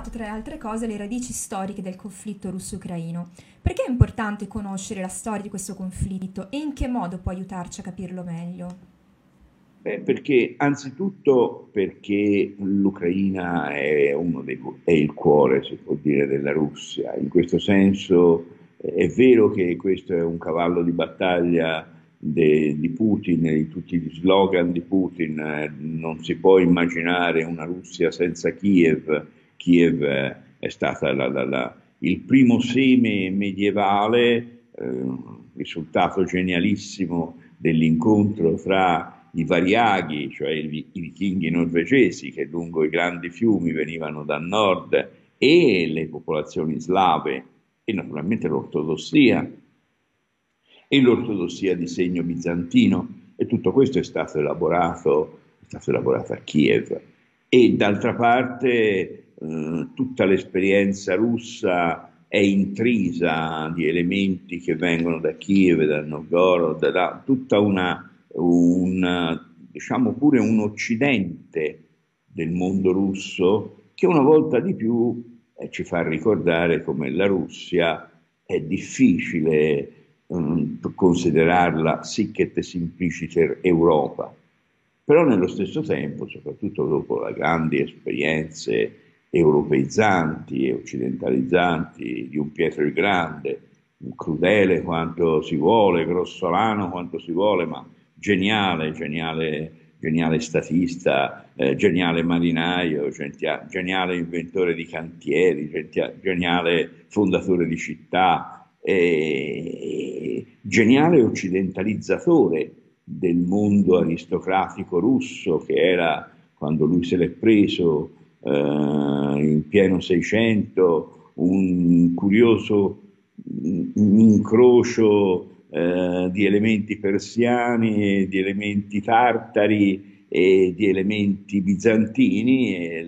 citato, tra le altre cose, le radici storiche del conflitto russo-ucraino. Perché è importante conoscere la storia di questo conflitto e in che modo può aiutarci a capirlo meglio? Perché anzitutto perché l'Ucraina è il cuore, si può dire, della Russia. In questo senso è vero che questo è un cavallo di battaglia di Putin e di tutti gli slogan di Putin. Non si può immaginare una Russia senza Kiev. Kiev è stata il primo seme medievale, risultato genialissimo dell'incontro fra i variaghi, cioè i vichinghi norvegesi che lungo i grandi fiumi venivano dal nord, e le popolazioni slave e naturalmente l'ortodossia di segno bizantino, e tutto questo è stato elaborato a Kiev. E d'altra parte tutta l'esperienza russa è intrisa di elementi che vengono da Kiev, da Novgorod, da tutta diciamo pure un occidente del mondo russo che una volta di più ci fa ricordare come la Russia è difficile considerarla sic et simpliciter Europa, però nello stesso tempo, soprattutto dopo le grandi esperienze europeizzanti e occidentalizzanti di un Pietro il Grande, crudele quanto si vuole, grossolano quanto si vuole, ma geniale, geniale, geniale statista, geniale marinaio, geniale inventore di cantieri, geniale fondatore di città, geniale occidentalizzatore del mondo aristocratico russo che era, quando lui se l'è preso in pieno 600, un curioso incrocio di elementi persiani, di elementi tartari e di elementi bizantini, e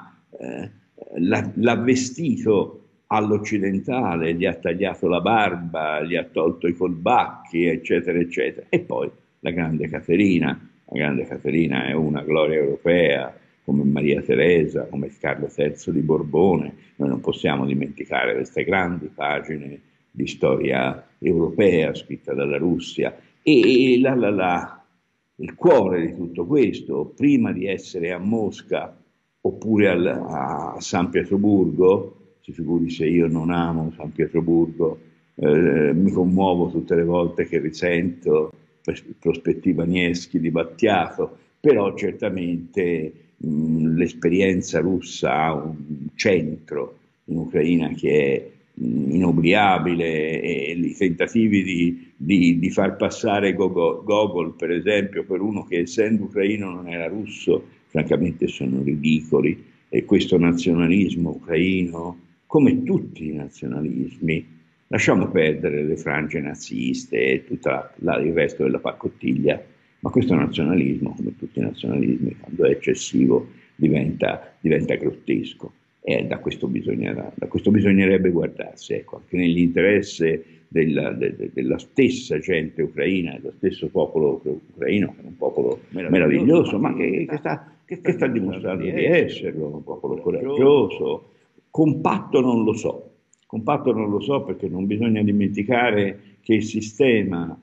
l'ha vestito all'occidentale, gli ha tagliato la barba, gli ha tolto i colbacchi, eccetera, eccetera. E poi la grande Caterina è una gloria europea, come Maria Teresa, come Carlo III di Borbone. Noi non possiamo dimenticare queste grandi pagine di storia europea scritta dalla Russia. E il cuore di tutto questo, prima di essere a Mosca oppure a San Pietroburgo, si figuri se io non amo San Pietroburgo, mi commuovo tutte le volte che risento prospetti Vaneschi di Battiato, però certamente l'esperienza russa ha un centro in Ucraina che è inobliabile, e i tentativi di far passare Gogol, per esempio, per uno che essendo ucraino non era russo, francamente sono ridicoli. E questo nazionalismo ucraino, come tutti i nazionalismi, lasciamo perdere le frange naziste e tutto il resto della paccottiglia, ma questo nazionalismo, come tutti i nazionalismi, quando è eccessivo diventa grottesco. E da questo bisognerebbe guardarsi, ecco, anche nell'interesse della stessa gente ucraina, dello stesso popolo ucraino, che è un popolo meraviglioso, ma che sta dimostrando di esserlo, un popolo coraggioso, compatto non lo so. Compatto non lo so, perché non bisogna dimenticare che il sistema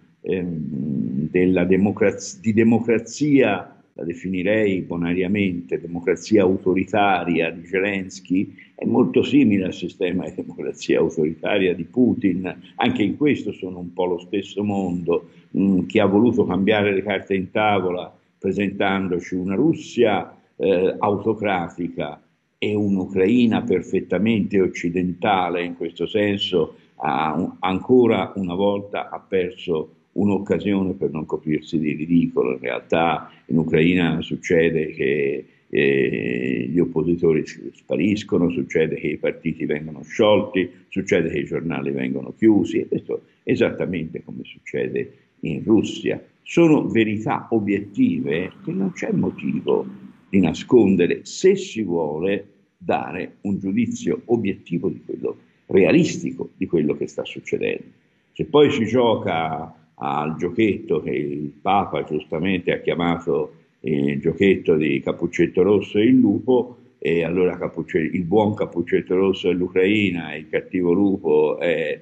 di democrazia, la definirei bonariamente democrazia autoritaria di Zelensky, è molto simile al sistema di democrazia autoritaria di Putin. Anche in questo sono un po' lo stesso mondo, che ha voluto cambiare le carte in tavola presentandoci una Russia autocratica e un'Ucraina perfettamente occidentale. In questo senso ancora una volta ha perso un'occasione per non coprirsi di ridicolo. In realtà in Ucraina succede che gli oppositori spariscono, succede che i partiti vengono sciolti, succede che i giornali vengono chiusi, e questo è esattamente come succede in Russia. Sono verità obiettive che non c'è motivo di nascondere se si vuole dare un giudizio obiettivo di quello, realistico di quello che sta succedendo. Se poi si gioca al giochetto che il Papa giustamente ha chiamato il giochetto di Cappuccetto Rosso e il lupo, e allora il buon Cappuccetto Rosso è l'Ucraina, il cattivo lupo è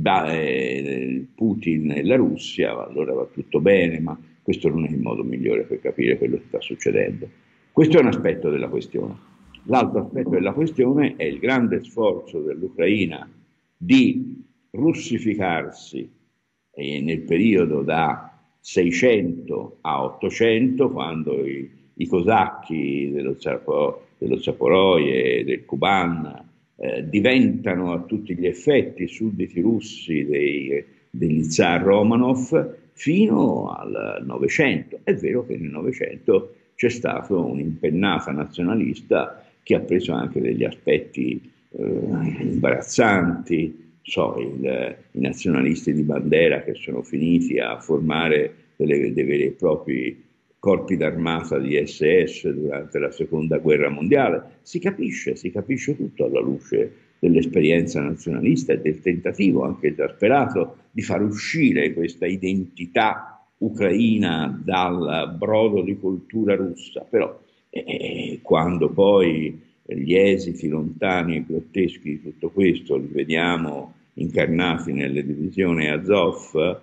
Putin e la Russia, allora va tutto bene, ma questo non è il modo migliore per capire quello che sta succedendo. Questo è un aspetto della questione. L'altro aspetto della questione è il grande sforzo dell'Ucraina di russificarsi nel periodo da 600 a 800, quando i cosacchi dello Zaporoi e del Kuban diventano a tutti gli effetti sudditi russi degli zar Romanov fino al Novecento. È vero che nel Novecento c'è stata un'impennata nazionalista che ha preso anche degli aspetti imbarazzanti, i nazionalisti di Bandera che sono finiti a formare dei veri e propri corpi d'armata di SS durante la seconda guerra mondiale. Si capisce tutto alla luce dell'esperienza nazionalista e del tentativo anche esasperato di far uscire questa identità ucraina dal brodo di cultura russa. Però quando poi gli esiti lontani e grotteschi di tutto questo li vediamo incarnati nelle divisioni Azov,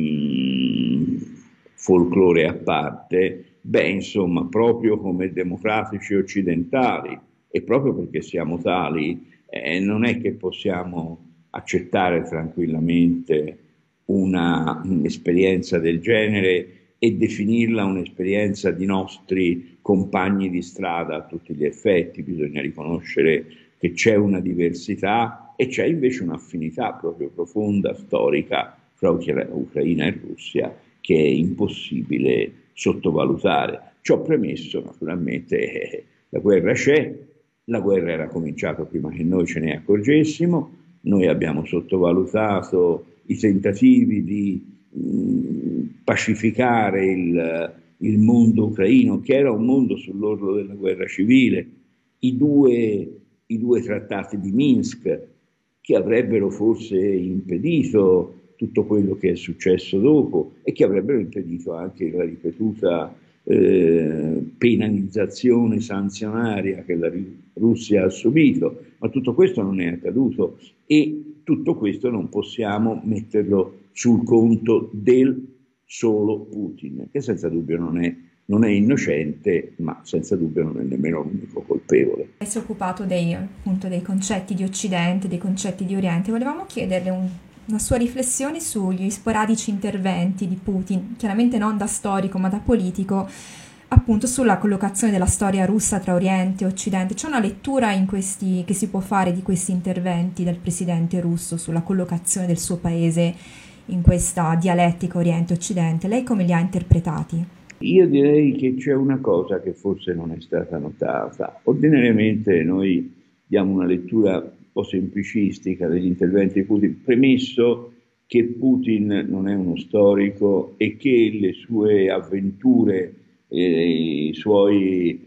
folklore a parte, insomma, proprio come democratici occidentali, e proprio perché siamo tali, non è che possiamo accettare tranquillamente un'esperienza del genere e definirla un'esperienza di nostri compagni di strada a tutti gli effetti. Bisogna riconoscere che c'è una diversità e c'è invece un'affinità proprio profonda, storica, fra Ucraina e Russia, che è impossibile sottovalutare. Ciò premesso, naturalmente, la guerra c'è, la guerra era cominciata prima che noi ce ne accorgessimo, noi abbiamo sottovalutato i tentativi di pacificare il mondo ucraino, che era un mondo sull'orlo della guerra civile, i due trattati di Minsk, che avrebbero forse impedito tutto quello che è successo dopo e che avrebbero impedito anche la ripetuta penalizzazione sanzionaria che la Russia ha subito, ma tutto questo non è accaduto e tutto questo non possiamo metterlo sul conto del solo Putin, che senza dubbio non è innocente, ma senza dubbio non è nemmeno l'unico colpevole. Si è occupato appunto, dei concetti di Occidente, dei concetti di Oriente. Volevamo chiederle una sua riflessione sugli sporadici interventi di Putin, chiaramente non da storico ma da politico, appunto sulla collocazione della storia russa tra Oriente e Occidente. C'è una lettura che si può fare di questi interventi del presidente russo sulla collocazione del suo paese in questa dialettica Oriente-Occidente? Lei come li ha interpretati? Io direi che c'è una cosa che forse non è stata notata. Ordinariamente noi diamo una lettura un po' semplicistica degli interventi di Putin, premesso che Putin non è uno storico e che le sue avventure, i suoi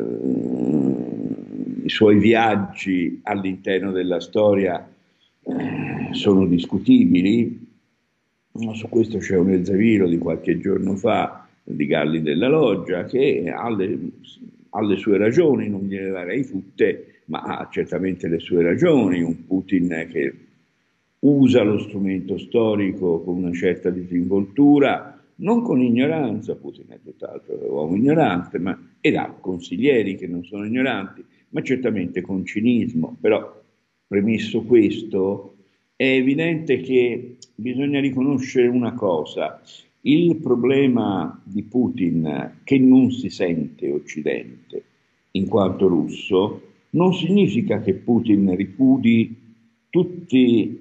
viaggi all'interno della storia sono discutibili. Su questo c'è un Elzeviro di qualche giorno fa di Galli della Loggia che ha le sue ragioni, non gliele darei tutte, ma ha certamente le sue ragioni. Un Putin che usa lo strumento storico con una certa disinvoltura, non con ignoranza. Putin è tutt'altro che uomo ignorante, ed ha consiglieri che non sono ignoranti, ma certamente con cinismo. Però, premesso questo, è evidente che bisogna riconoscere una cosa: il problema di Putin, che non si sente Occidente in quanto russo, non significa che Putin ripudi tutti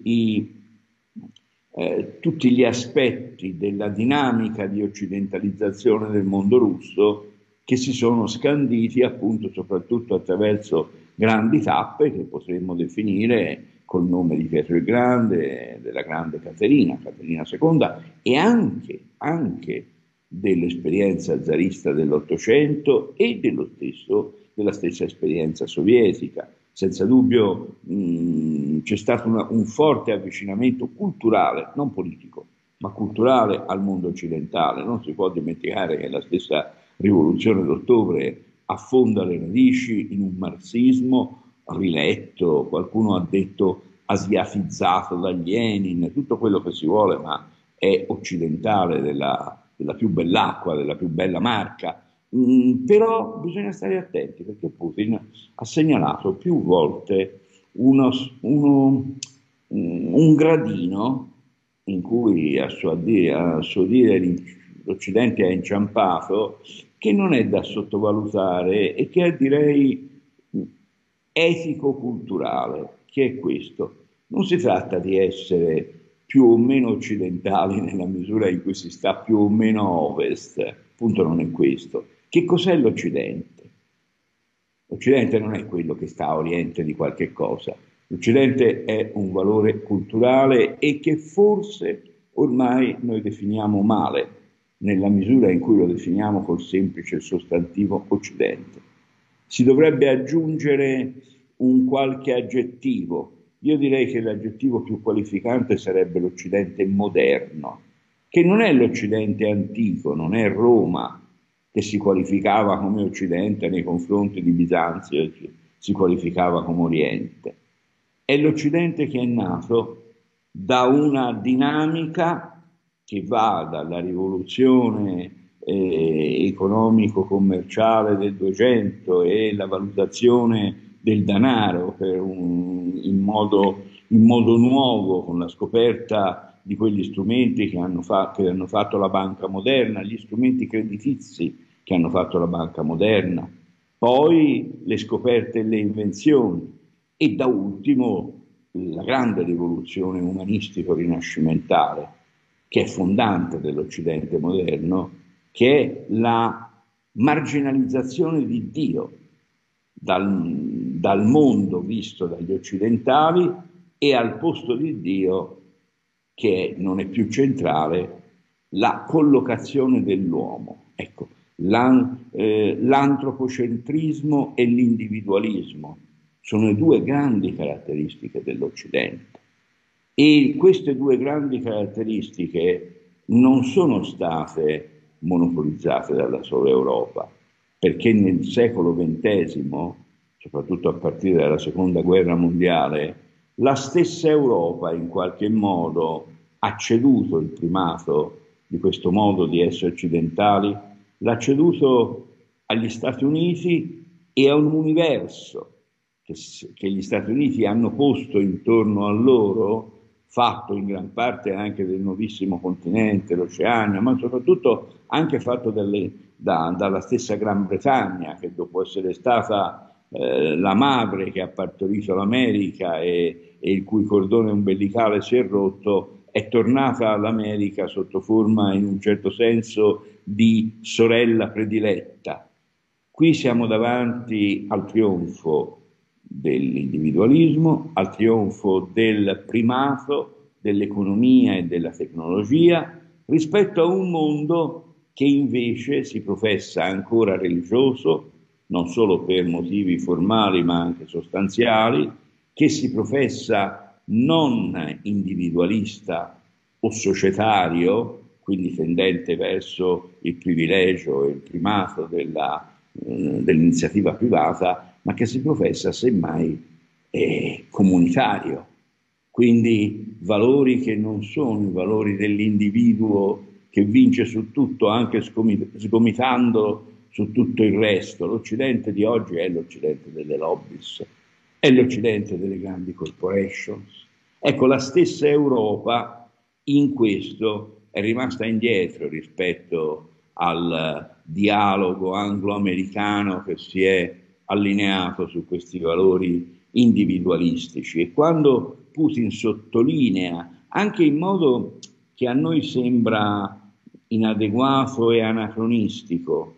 gli aspetti della dinamica di occidentalizzazione del mondo russo che si sono scanditi appunto soprattutto attraverso grandi tappe che potremmo definire col nome di Pietro il Grande, della grande Caterina II, e anche dell'esperienza zarista dell'Ottocento e della stessa esperienza sovietica. Senza dubbio c'è stato un forte avvicinamento culturale, non politico, ma culturale al mondo occidentale. Non si può dimenticare che la stessa rivoluzione d'ottobre affonda le radici in un marxismo riletto, qualcuno ha detto asiatizzato da Lenin, tutto quello che si vuole, ma è occidentale della più bell'acqua, della più bella marca. Però bisogna stare attenti perché Putin ha segnalato più volte uno, uno, un gradino in cui a suo dire l'Occidente ha inciampato, che non è da sottovalutare e che è direi etico-culturale, che è questo. Non si tratta di essere più o meno occidentali nella misura in cui si sta più o meno a ovest, il punto non è questo. Che cos'è l'Occidente? L'Occidente non è quello che sta a oriente di qualche cosa. L'Occidente è un valore culturale e che forse ormai noi definiamo male, nella misura in cui lo definiamo col semplice sostantivo Occidente. Si dovrebbe aggiungere un qualche aggettivo. Io direi che l'aggettivo più qualificante sarebbe l'Occidente moderno, che non è l'Occidente antico, non è Roma, che si qualificava come Occidente nei confronti di Bisanzio, si qualificava come Oriente. È l'Occidente che è nato da una dinamica che va dalla rivoluzione economico-commerciale del 200 e la valutazione del denaro in modo nuovo, con la scoperta di quegli strumenti che hanno fatto la banca moderna, gli strumenti creditizi che hanno fatto la banca moderna, poi le scoperte e le invenzioni e da ultimo la grande rivoluzione umanistico-rinascimentale, che è fondante dell'Occidente moderno, che è la marginalizzazione di Dio dal mondo visto dagli occidentali e al posto di Dio, che non è più centrale, la collocazione dell'uomo. Ecco, l'antropocentrismo e l'individualismo sono le due grandi caratteristiche dell'Occidente. E queste due grandi caratteristiche non sono state monopolizzate dalla sola Europa, perché nel secolo XX, soprattutto a partire dalla Seconda Guerra Mondiale, la stessa Europa in qualche modo ha ceduto il primato di questo modo di essere occidentali, l'ha ceduto agli Stati Uniti e a un universo che gli Stati Uniti hanno posto intorno a loro, fatto in gran parte anche del nuovissimo continente, l'Oceania, ma soprattutto anche fatto dalla stessa Gran Bretagna, che dopo essere stata la madre che ha partorito l'America e il cui cordone umbilicale si è rotto, è tornata all'America sotto forma, in un certo senso, di sorella prediletta. Qui siamo davanti al trionfo dell'individualismo, al trionfo del primato dell'economia e della tecnologia rispetto a un mondo che invece si professa ancora religioso, non solo per motivi formali ma anche sostanziali, che si professa non individualista o societario, quindi tendente verso il privilegio e il primato dell'iniziativa privata, ma che si professa semmai comunitario. Quindi valori che non sono i valori dell'individuo che vince su tutto, anche sgomitando su tutto il resto. L'Occidente di oggi è l'Occidente delle lobbies, è l'Occidente delle grandi corporations. Ecco, la stessa Europa in questo è rimasta indietro rispetto al dialogo anglo-americano che si è allineato su questi valori individualistici. E quando Putin sottolinea, anche in modo che a noi sembra inadeguato e anacronistico,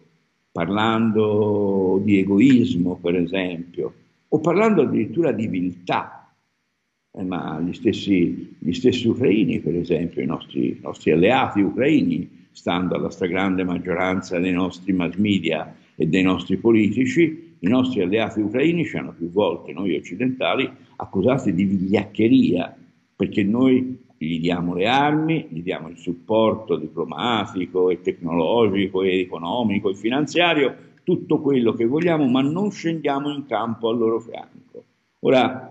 parlando di egoismo, per esempio, o parlando addirittura di viltà, ma gli stessi ucraini, per esempio, i nostri alleati ucraini, stando alla stragrande maggioranza dei nostri mass media e dei nostri politici, i nostri alleati ucraini ci hanno più volte, noi occidentali, accusati di vigliaccheria, perché noi gli diamo le armi, gli diamo il supporto diplomatico e tecnologico e economico e finanziario tutto quello che vogliamo, ma non scendiamo in campo al loro fianco. Ora,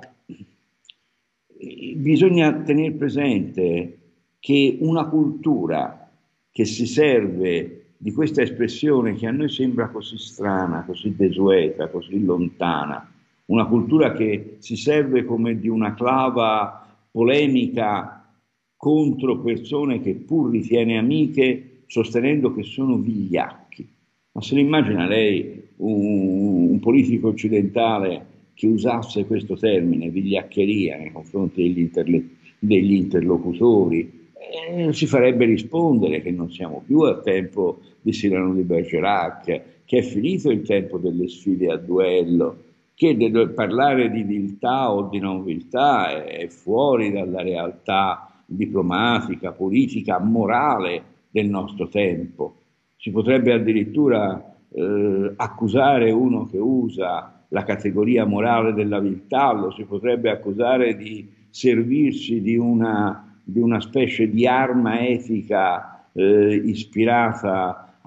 bisogna tenere presente che una cultura che si serve di questa espressione che a noi sembra così strana, così desueta, così lontana, una cultura che si serve come di una clava polemica contro persone che pur ritiene amiche, sostenendo che sono vigliacchi. Ma se ne immagina lei un politico occidentale che usasse questo termine, vigliaccheria, nei confronti degli interlocutori, si farebbe rispondere che non siamo più al tempo di Cyrano di Bergerac, che è finito il tempo delle sfide a duello, che parlare di viltà o di non viltà è fuori dalla realtà diplomatica, politica, morale del nostro tempo. Si potrebbe addirittura accusare uno che usa la categoria morale della viltà, lo si potrebbe accusare di servirsi di una specie di arma etica ispirata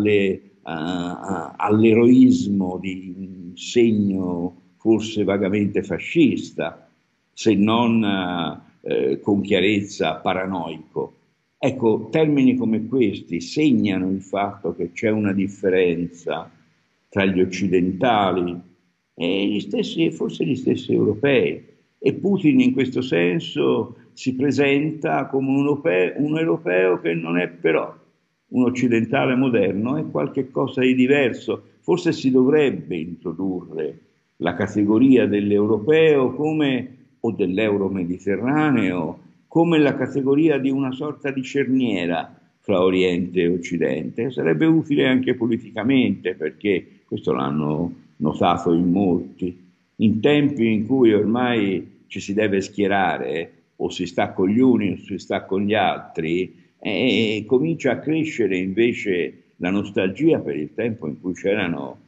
all'eroismo di un segno forse vagamente fascista, se non con chiarezza paranoico. Ecco, termini come questi segnano il fatto che c'è una differenza tra gli occidentali e gli stessi, forse gli stessi europei. E Putin in questo senso si presenta come un europeo che non è però un occidentale moderno, è qualche cosa di diverso. Forse si dovrebbe introdurre la categoria dell'europeo come, o dell'euro-mediterraneo come la categoria di una sorta di cerniera fra Oriente e Occidente. Sarebbe utile anche politicamente, perché questo l'hanno notato in molti. In tempi in cui ormai ci si deve schierare, o si sta con gli uni o si sta con gli altri, comincia a crescere invece la nostalgia per il tempo in cui c'erano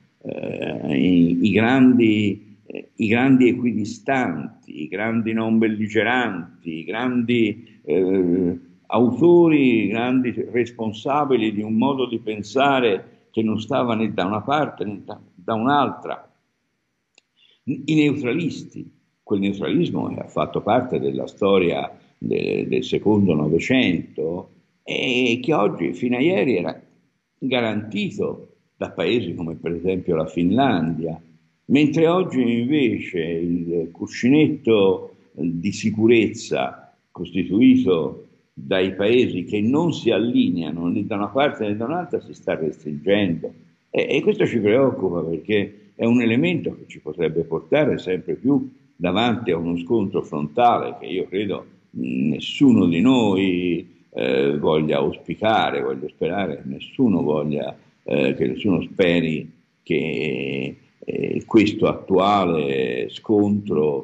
i grandi equidistanti, i grandi non belligeranti, i grandi autori, i grandi responsabili di un modo di pensare che non stava né da una parte né da un'altra. I neutralisti, quel neutralismo ha fatto parte della storia del secondo Novecento e che oggi, fino a ieri, era garantito da paesi come per esempio la Finlandia, mentre oggi invece il cuscinetto di sicurezza costituito dai paesi che non si allineano né da una parte né da un'altra si sta restringendo e questo ci preoccupa perché è un elemento che ci potrebbe portare sempre più davanti a uno scontro frontale che io credo nessuno di noi voglia auspicare, voglio sperare che nessuno voglia, che nessuno speri che questo attuale scontro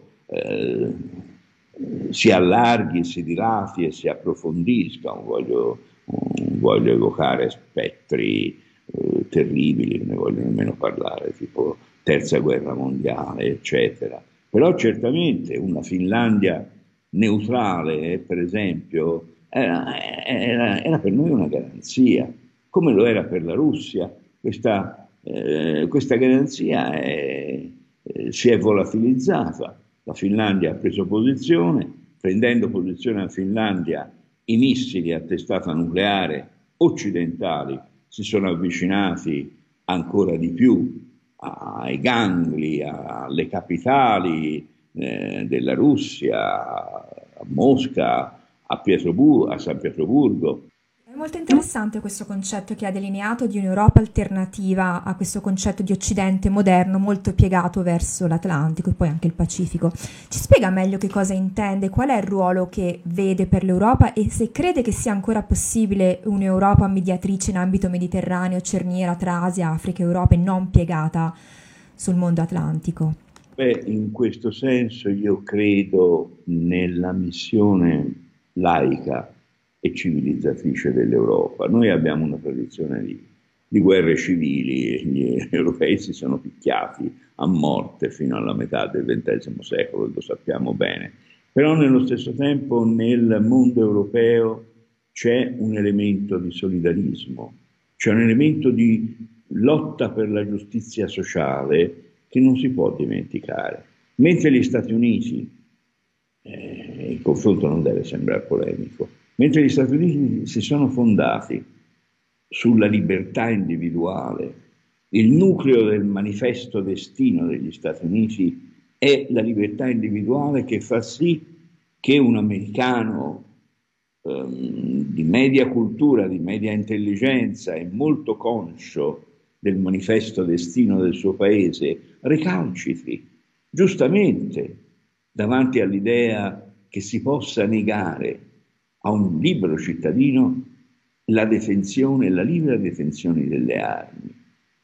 si allarghi, si dilati e si approfondisca. Non voglio evocare spettri terribili, non ne voglio nemmeno parlare, tipo terza guerra mondiale, eccetera. Però certamente una Finlandia neutrale, per esempio, era per noi una garanzia, come lo era per la Russia. Questa garanzia si è volatilizzata. La Finlandia ha preso posizione, prendendo posizione la Finlandia, i missili a testata nucleare occidentali si sono avvicinati ancora di più ai gangli, alle capitali della Russia, a Mosca, a San Pietroburgo. È molto interessante questo concetto che ha delineato di un'Europa alternativa a questo concetto di Occidente moderno molto piegato verso l'Atlantico e poi anche il Pacifico. Ci spiega meglio che cosa intende, qual è il ruolo che vede per l'Europa e se crede che sia ancora possibile un'Europa mediatrice in ambito mediterraneo, cerniera tra Asia, Africa e Europa e non piegata sul mondo atlantico? Beh, in questo senso io credo nella missione laica e civilizzatrice dell'Europa. Noi abbiamo una tradizione di guerre civili, gli europei si sono picchiati a morte fino alla metà del XX secolo, lo sappiamo bene. Però nello stesso tempo nel mondo europeo c'è un elemento di solidarismo, c'è un elemento di lotta per la giustizia sociale che non si può dimenticare. Mentre gli Stati Uniti, il confronto non deve sembrare polemico, mentre gli Stati Uniti si sono fondati sulla libertà individuale, il nucleo del manifesto destino degli Stati Uniti è la libertà individuale, che fa sì che un americano di media cultura, di media intelligenza e molto conscio del manifesto destino del suo paese recalcitri giustamente davanti all'idea che si possa negare a un libero cittadino la detenzione, la libera detenzione delle armi.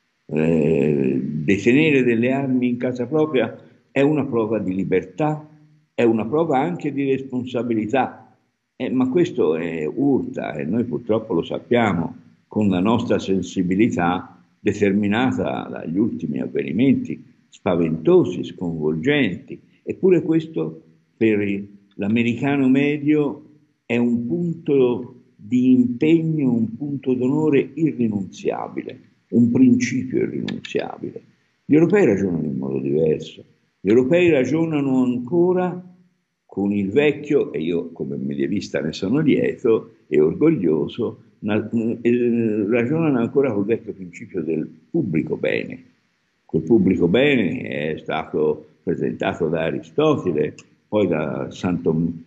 Detenere delle armi in casa propria è una prova di libertà, è una prova anche di responsabilità, ma questo urta, e noi purtroppo lo sappiamo, con la nostra sensibilità determinata dagli ultimi avvenimenti spaventosi, sconvolgenti. Eppure questo per l'americano medio è un punto di impegno, un punto d'onore irrinunziabile, un principio irrinunziabile. Gli europei ragionano in modo diverso. Gli europei ragionano ancora con il vecchio, e io come medievista ne sono lieto e orgoglioso, ragionano ancora col vecchio principio del pubblico bene. Quel pubblico bene è stato presentato da Aristotele, poi da San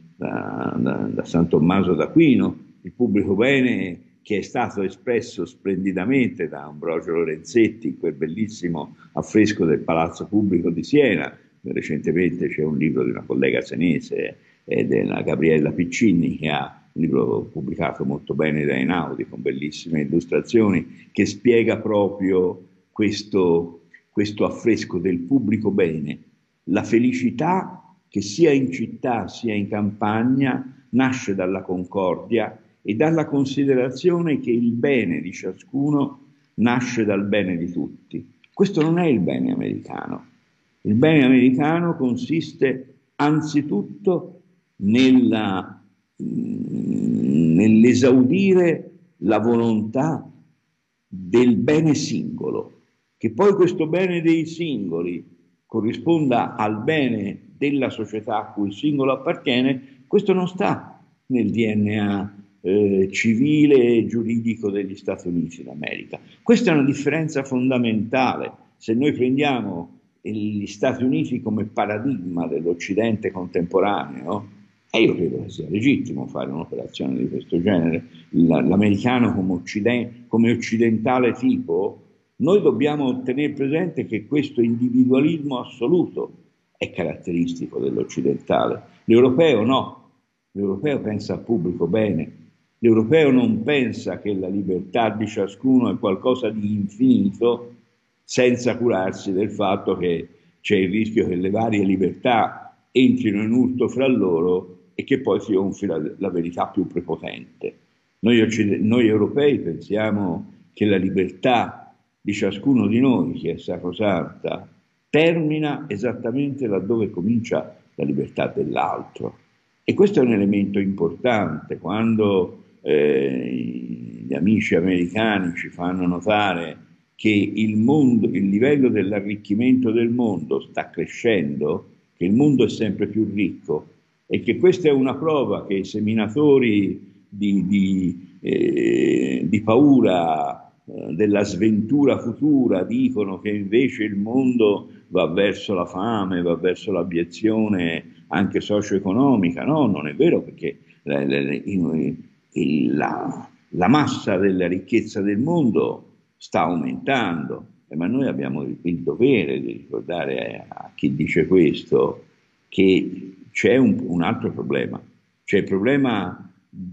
Tommaso d'Aquino, il pubblico bene che è stato espresso splendidamente da Ambrogio Lorenzetti in quel bellissimo affresco del Palazzo Pubblico di Siena. Recentemente c'è un libro di una collega senese, della Gabriella Piccini, che ha un libro pubblicato molto bene da Einaudi, con bellissime illustrazioni, che spiega proprio questo affresco del pubblico bene. La felicità, che sia in città sia in campagna, nasce dalla concordia e dalla considerazione che il bene di ciascuno nasce dal bene di tutti. Questo non è il bene americano. Il bene americano consiste anzitutto nell'esaudire la volontà del bene singolo. Che poi questo bene dei singoli corrisponda al bene della società a cui il singolo appartiene, questo non sta nel DNA civile e giuridico degli Stati Uniti d'America. Questa è una differenza fondamentale. Se noi prendiamo gli Stati Uniti come paradigma dell'Occidente contemporaneo, e io credo che sia legittimo fare un'operazione di questo genere, l'americano come occidentale tipo, noi dobbiamo tenere presente che questo individualismo assoluto è caratteristico dell'occidentale. L'europeo no, l'europeo pensa al pubblico bene, l'europeo non pensa che la libertà di ciascuno è qualcosa di infinito, senza curarsi del fatto che c'è il rischio che le varie libertà entrino in urto fra loro e che poi trionfi la verità più prepotente. Noi europei pensiamo che la libertà di ciascuno di noi, che è sacrosanta, termina esattamente laddove comincia la libertà dell'altro. E questo è un elemento importante. Quando gli amici americani ci fanno notare che il livello dell'arricchimento del mondo sta crescendo, che il mondo è sempre più ricco e che questa è una prova che i seminatori di paura della sventura futura dicono che invece il mondo va verso la fame, va verso l'abiezione anche socio-economica. No, non è vero, perché la massa della ricchezza del mondo sta aumentando, ma noi abbiamo il dovere di ricordare a chi dice questo che c'è un altro problema, c'è il problema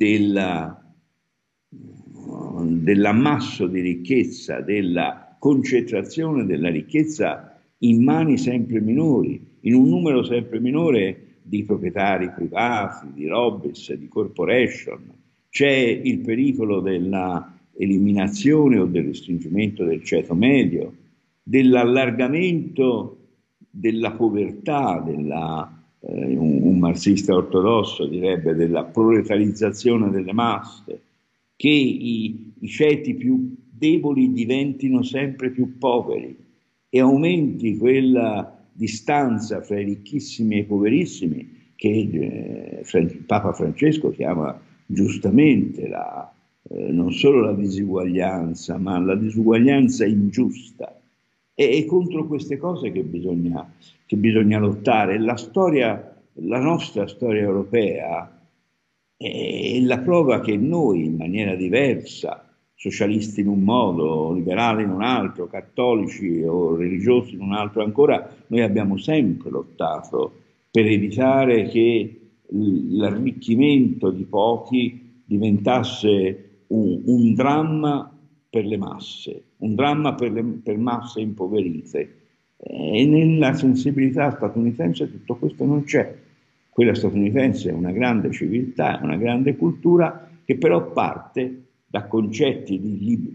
dell'ammasso di ricchezza, della concentrazione della ricchezza in mani sempre minori, in un numero sempre minore di proprietari privati, di lobbies, di corporation. C'è il pericolo della eliminazione o del restringimento del ceto medio, dell'allargamento della povertà, un marxista ortodosso direbbe della proletarizzazione delle masse, che i ceti più deboli diventino sempre più poveri e aumenti quella distanza fra i ricchissimi e i poverissimi che Papa Francesco chiama giustamente non solo la disuguaglianza, ma la disuguaglianza ingiusta. È contro queste cose che bisogna lottare. La nostra storia europea è la prova che noi, in maniera diversa, socialisti in un modo, liberali in un altro, cattolici o religiosi in un altro ancora, noi abbiamo sempre lottato per evitare che l'arricchimento di pochi diventasse un dramma per le masse, un dramma per masse impoverite. E nella sensibilità statunitense tutto questo non c'è. Quella statunitense è una grande civiltà, una grande cultura che però parte da concetti di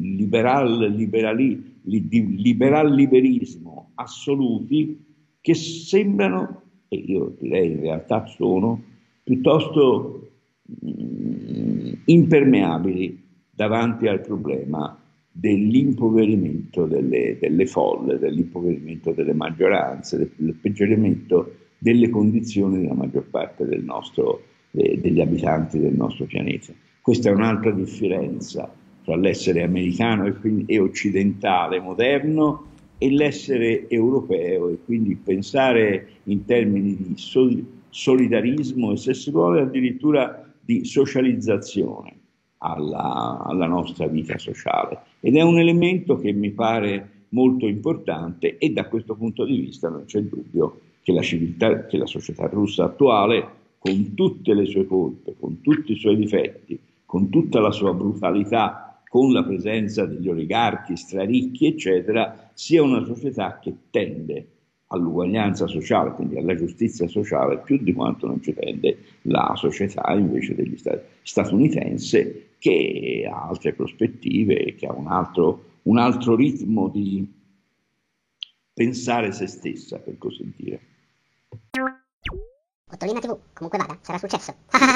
liberal-liberismo assoluti che sembrano, e io direi in realtà sono, piuttosto impermeabili davanti al problema dell'impoverimento delle folle, dell'impoverimento delle maggioranze, del peggioramento delle condizioni della maggior parte degli abitanti del nostro pianeta. Questa è un'altra differenza tra l'essere americano e occidentale moderno e l'essere europeo, e quindi pensare in termini di solidarismo e, se si vuole, addirittura di socializzazione alla nostra vita sociale. Ed è un elemento che mi pare molto importante, e da questo punto di vista non c'è dubbio che la società russa attuale, con tutte le sue colpe, con tutti i suoi difetti, con tutta la sua brutalità, con la presenza degli oligarchi straricchi, eccetera, sia una società che tende all'uguaglianza sociale, quindi alla giustizia sociale, più di quanto non ci tende la società invece degli statunitense, che ha altre prospettive, che ha un altro ritmo di pensare se stessa, per così dire. Ottolina TV, comunque vada, sarà successo.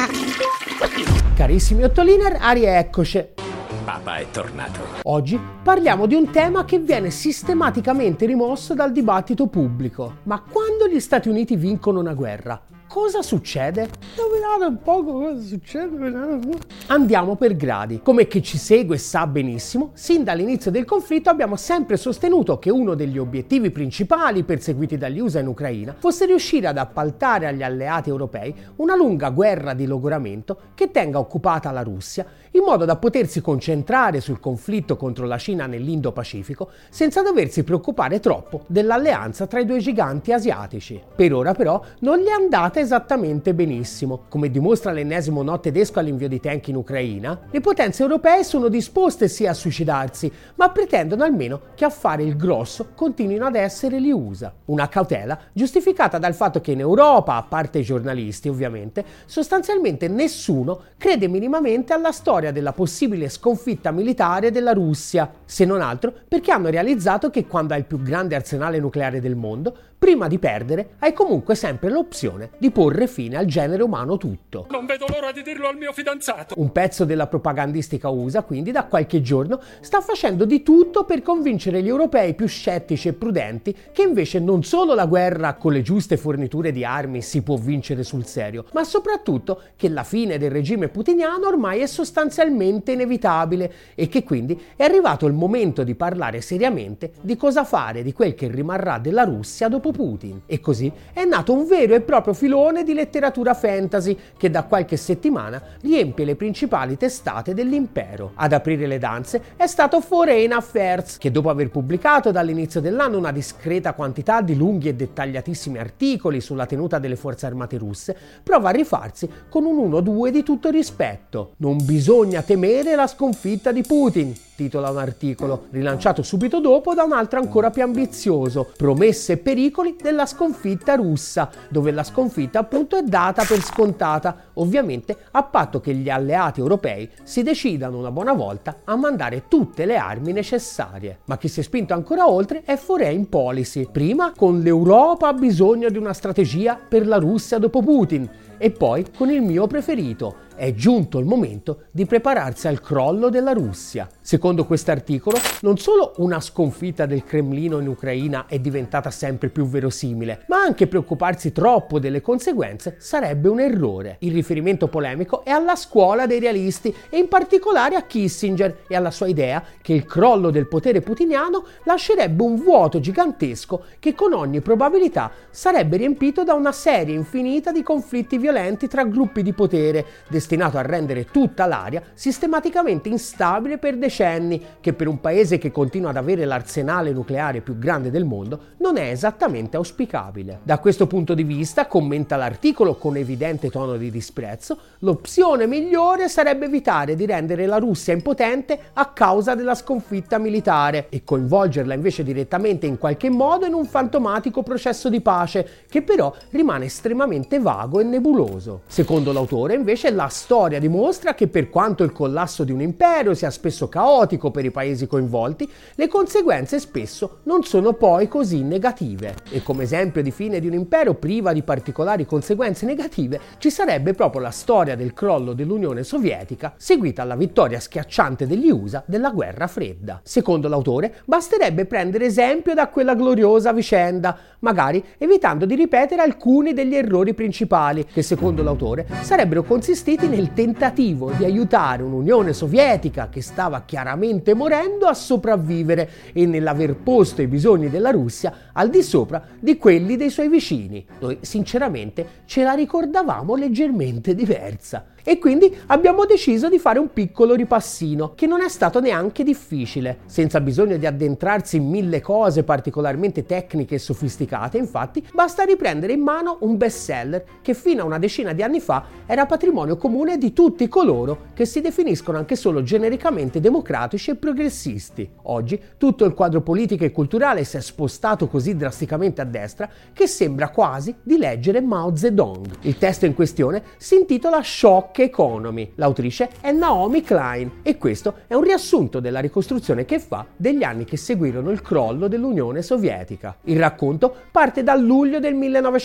Carissimi Ottoliner, rieccoci. Papa è tornato. Oggi parliamo di un tema che viene sistematicamente rimosso dal dibattito pubblico. Ma quando gli Stati Uniti vincono una guerra, cosa succede? Indovinate un po' cosa succede? Andiamo per gradi. Come chi ci segue sa benissimo, sin dall'inizio del conflitto abbiamo sempre sostenuto che uno degli obiettivi principali perseguiti dagli USA in Ucraina fosse riuscire ad appaltare agli alleati europei una lunga guerra di logoramento che tenga occupata la Russia, in modo da potersi concentrare sul conflitto contro la Cina nell'Indo-Pacifico senza doversi preoccupare troppo dell'alleanza tra i due giganti asiatici. Per ora però non gli è andata esattamente benissimo. Come dimostra l'ennesimo no tedesco all'invio di tank in Ucraina, le potenze europee sono disposte sì a suicidarsi, ma pretendono almeno che a fare il grosso continuino ad essere gli USA. Una cautela giustificata dal fatto che in Europa, a parte i giornalisti ovviamente, sostanzialmente nessuno crede minimamente alla storia della possibile sconfitta militare della Russia, se non altro perché hanno realizzato che quando hai il più grande arsenale nucleare del mondo, prima di perdere hai comunque sempre l'opzione di porre fine al genere umano tutto. Non vedo l'ora di dirlo al mio fidanzato. Un pezzo della propagandistica USA quindi da qualche giorno sta facendo di tutto per convincere gli europei più scettici e prudenti che invece non solo la guerra con le giuste forniture di armi si può vincere sul serio, ma soprattutto che la fine del regime putiniano ormai è sostanzialmente inevitabile e che quindi è arrivato il momento di parlare seriamente di cosa fare di quel che rimarrà della Russia dopo Putin. E così è nato un vero e proprio filone di letteratura fantasy che da qualche settimana riempie le principali testate dell'impero. Ad aprire le danze è stato Foreign Affairs, che dopo aver pubblicato dall'inizio dell'anno una discreta quantità di lunghi e dettagliatissimi articoli sulla tenuta delle forze armate russe, prova a rifarsi con un 1-2 di tutto rispetto. Non bisogna temere la sconfitta di Putin, titola un articolo, rilanciato subito dopo da un altro ancora più ambizioso, Promesse e pericoli della sconfitta russa, dove la sconfitta appunto è data per scontata, ovviamente a patto che gli alleati europei si decidano una buona volta a mandare tutte le armi necessarie. Ma chi si è spinto ancora oltre è Foreign Policy, prima con l'Europa ha bisogno di una strategia per la Russia dopo Putin, e poi con il mio preferito, è giunto il momento di prepararsi al crollo della Russia. Secondo quest'articolo, non solo una sconfitta del Cremlino in Ucraina è diventata sempre più verosimile, ma anche preoccuparsi troppo delle conseguenze sarebbe un errore. Il riferimento polemico è alla scuola dei realisti e in particolare a Kissinger e alla sua idea che il crollo del potere putiniano lascerebbe un vuoto gigantesco che con ogni probabilità sarebbe riempito da una serie infinita di conflitti violenti tra gruppi di potere, destinato a rendere tutta l'area sistematicamente instabile per decenni, che per un paese che continua ad avere l'arsenale nucleare più grande del mondo non è esattamente auspicabile. Da questo punto di vista, commenta l'articolo con evidente tono di disprezzo, l'opzione migliore sarebbe evitare di rendere la Russia impotente a causa della sconfitta militare e coinvolgerla invece direttamente in qualche modo in un fantomatico processo di pace che però rimane estremamente vago e nebuloso. Secondo l'autore invece la storia dimostra che per quanto il collasso di un impero sia spesso caotico per i paesi coinvolti, le conseguenze spesso non sono poi così negative e come esempio di fine di un impero priva di particolari conseguenze negative ci sarebbe proprio la storia del crollo dell'Unione Sovietica seguita alla vittoria schiacciante degli USA della guerra fredda. Secondo l'autore basterebbe prendere esempio da quella gloriosa vicenda, magari evitando di ripetere alcuni degli errori principali che secondo l'autore sarebbero consistiti nel tentativo di aiutare un'Unione Sovietica che stava chiaramente morendo a sopravvivere e nell'aver posto i bisogni della Russia al di sopra di quelli dei suoi vicini. Noi sinceramente ce la ricordavamo leggermente diversa. E quindi abbiamo deciso di fare un piccolo ripassino, che non è stato neanche difficile. Senza bisogno di addentrarsi in mille cose particolarmente tecniche e sofisticate, infatti, basta riprendere in mano un bestseller che fino a una decina di anni fa era patrimonio comune di tutti coloro che si definiscono anche solo genericamente democratici e progressisti. Oggi tutto il quadro politico e culturale si è spostato così drasticamente a destra che sembra quasi di leggere Mao Zedong. Il testo in questione si intitola Shock Economy. L'autrice è Naomi Klein e questo è un riassunto della ricostruzione che fa degli anni che seguirono il crollo dell'Unione Sovietica. Il racconto parte dal luglio del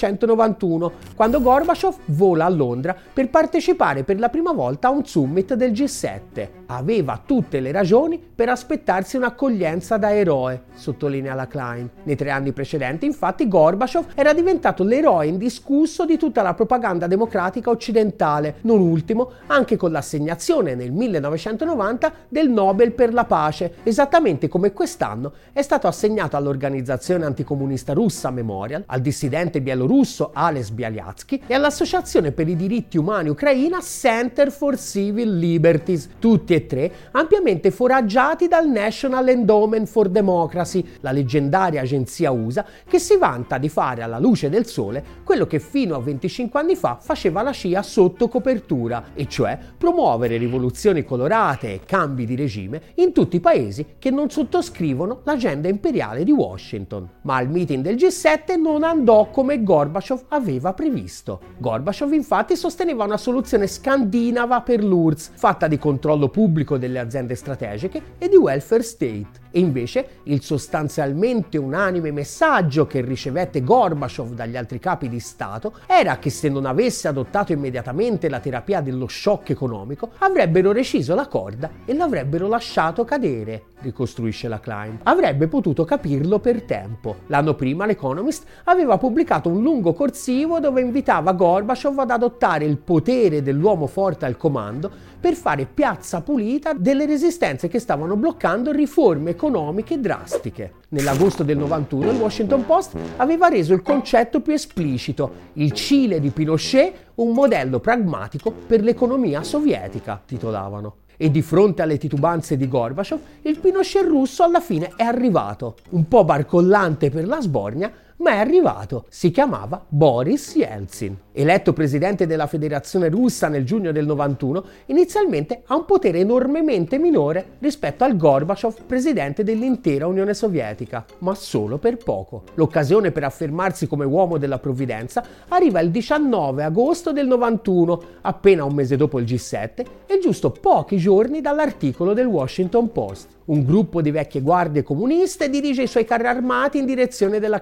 1991, quando Gorbaciov vola a Londra per partecipare per la prima volta a un summit del G7. Aveva tutte le ragioni per aspettarsi un'accoglienza da eroe, sottolinea la Klein. Nei 3 anni precedenti, infatti, Gorbaciov era diventato l'eroe indiscusso di tutta la propaganda democratica occidentale, non ultimo anche con l'assegnazione nel 1990 del Nobel per la pace, esattamente come quest'anno è stato assegnato all'organizzazione anticomunista russa Memorial, al dissidente bielorusso Ales Bialyatsky e all'associazione per i diritti umani ucraina Center for Civil Liberties, tutti e 3 ampiamente foraggiati dal National Endowment for Democracy, la leggendaria agenzia USA che si vanta di fare alla luce del sole quello che fino a 25 anni fa faceva la CIA sotto copertura, e cioè promuovere rivoluzioni colorate e cambi di regime in tutti i paesi che non sottoscrivono l'agenda imperiale di Washington. Ma al meeting del G7 non andò come Gorbaciov aveva previsto. Gorbaciov infatti sosteneva una soluzione scandinava per l'URSS, fatta di controllo pubblico delle aziende strategiche e di welfare state. E invece il sostanzialmente unanime messaggio che ricevette Gorbaciov dagli altri capi di Stato era che se non avesse adottato immediatamente la terapia dello shock economico avrebbero reciso la corda e l'avrebbero lasciato cadere, ricostruisce la Klein. Avrebbe potuto capirlo per tempo. L'anno prima l'Economist aveva pubblicato un lungo corsivo dove invitava Gorbaciov ad adottare il potere dell'uomo forte al comando per fare piazza pulita delle resistenze che stavano bloccando riforme economiche drastiche. Nell'agosto del 91 il Washington Post aveva reso il concetto più esplicito: il Cile di Pinochet, un modello pragmatico per l'economia sovietica, titolavano. E di fronte alle titubanze di Gorbaciov, il Pinochet russo alla fine è arrivato, un po' barcollante per la sbornia, ma è arrivato. Si chiamava Boris Yeltsin. Eletto presidente della Federazione Russa nel giugno del 91, inizialmente ha un potere enormemente minore rispetto al Gorbaciov presidente dell'intera Unione Sovietica, ma solo per poco. L'occasione per affermarsi come uomo della provvidenza arriva il 19 agosto del 91, appena un mese dopo il G7 e giusto pochi giorni dall'articolo del Washington Post. Un gruppo di vecchie guardie comuniste dirige i suoi carri armati in direzione della Casa Bianca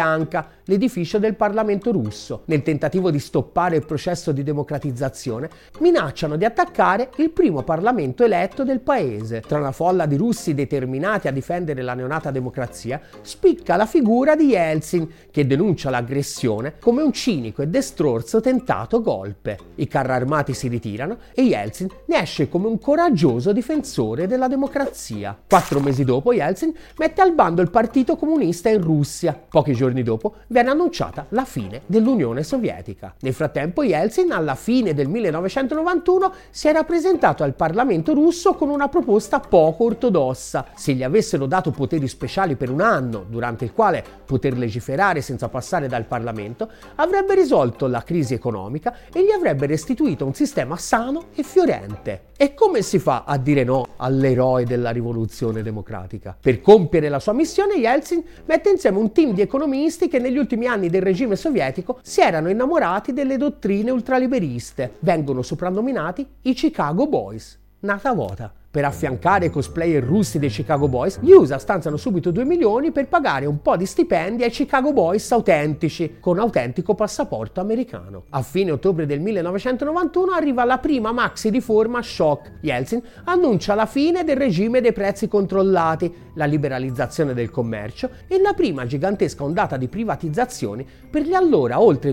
Bianca, l'edificio del Parlamento russo. Nel tentativo di stoppare il processo di democratizzazione, minacciano di attaccare il primo Parlamento eletto del paese. Tra una folla di russi determinati a difendere la neonata democrazia, spicca la figura di Yeltsin, che denuncia l'aggressione come un cinico e destrorso tentato golpe. I carri armati si ritirano e Yeltsin ne esce come un coraggioso difensore della democrazia. 4 mesi dopo, Yeltsin mette al bando il Partito Comunista in Russia. Pochi giorni dopo viene annunciata la fine dell'Unione Sovietica. Nel frattempo, Yeltsin, alla fine del 1991, si era presentato al Parlamento russo con una proposta poco ortodossa. Se gli avessero dato poteri speciali per un anno, durante il quale poter legiferare senza passare dal Parlamento, avrebbe risolto la crisi economica e gli avrebbe restituito un sistema sano e fiorente. E come si fa a dire no all'eroe della rivoluzione democratica? Per compiere la sua missione, Yeltsin mette insieme un team di economisti che negli ultimi anni del regime sovietico si erano innamorati delle dottrine ultraliberiste. Vengono soprannominati i Chicago Boys. Nata vuota. Per affiancare i cosplayer russi dei Chicago Boys, gli USA stanziano subito 2 milioni per pagare un po' di stipendi ai Chicago Boys autentici, con autentico passaporto americano. A fine ottobre del 1991 arriva la prima maxi riforma shock. Yeltsin annuncia la fine del regime dei prezzi controllati, la liberalizzazione del commercio e la prima gigantesca ondata di privatizzazioni per le allora oltre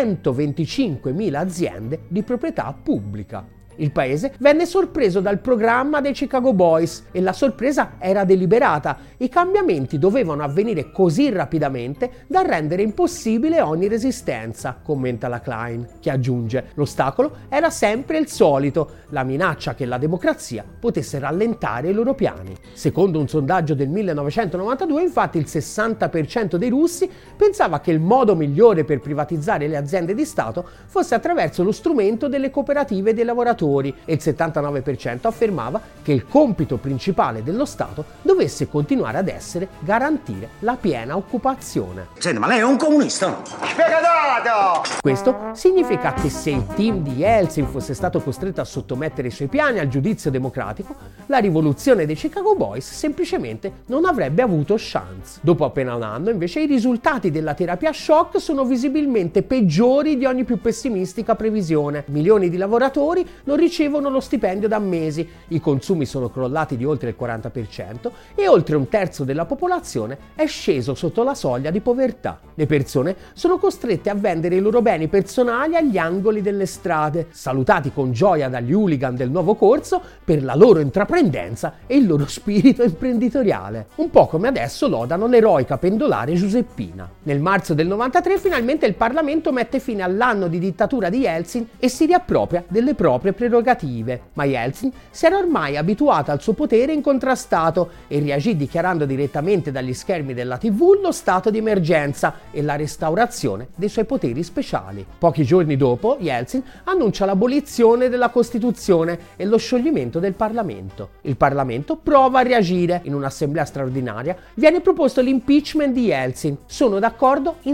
225.000 aziende di proprietà pubblica. Il paese venne sorpreso dal programma dei Chicago Boys e la sorpresa era deliberata. I cambiamenti dovevano avvenire così rapidamente da rendere impossibile ogni resistenza, commenta la Klein, che aggiunge: l'ostacolo era sempre il solito, la minaccia che la democrazia potesse rallentare i loro piani. Secondo un sondaggio del 1992, infatti, il 60% dei russi pensava che il modo migliore per privatizzare le aziende di Stato fosse attraverso lo strumento delle cooperative dei lavoratori e il 79% affermava che il compito principale dello Stato dovesse continuare ad essere garantire la piena occupazione. Senti, ma lei è un comunista? Spiegatato! Questo significa che se il team di Yeltsin fosse stato costretto a sottomettere i suoi piani al giudizio democratico, la rivoluzione dei Chicago Boys semplicemente non avrebbe avuto chance. Dopo appena un anno, invece, i risultati della terapia shock sono visibilmente peggiori di ogni più pessimistica previsione. Milioni di lavoratori non ricevono lo stipendio da mesi, i consumi sono crollati di oltre il 40% e oltre un terzo della popolazione è sceso sotto la soglia di povertà. Le persone sono costrette a vendere i loro beni personali agli angoli delle strade, salutati con gioia dagli hooligan del nuovo corso per la loro intraprendenza e il loro spirito imprenditoriale. Un po' come adesso lodano l'eroica pendolare Giuseppina. Nel marzo del 93 finalmente il Parlamento mette fine all'anno di dittatura di Yeltsin e si riappropria delle proprie prerogative, ma Yeltsin si era ormai abituato al suo potere incontrastato e reagì dichiarando direttamente dagli schermi della TV lo stato di emergenza e la restaurazione dei suoi poteri speciali. Pochi giorni dopo, Yeltsin annuncia l'abolizione della Costituzione e lo scioglimento del Parlamento. Il Parlamento prova a reagire. In un'assemblea straordinaria viene proposto l'impeachment di Yeltsin. Sono d'accordo in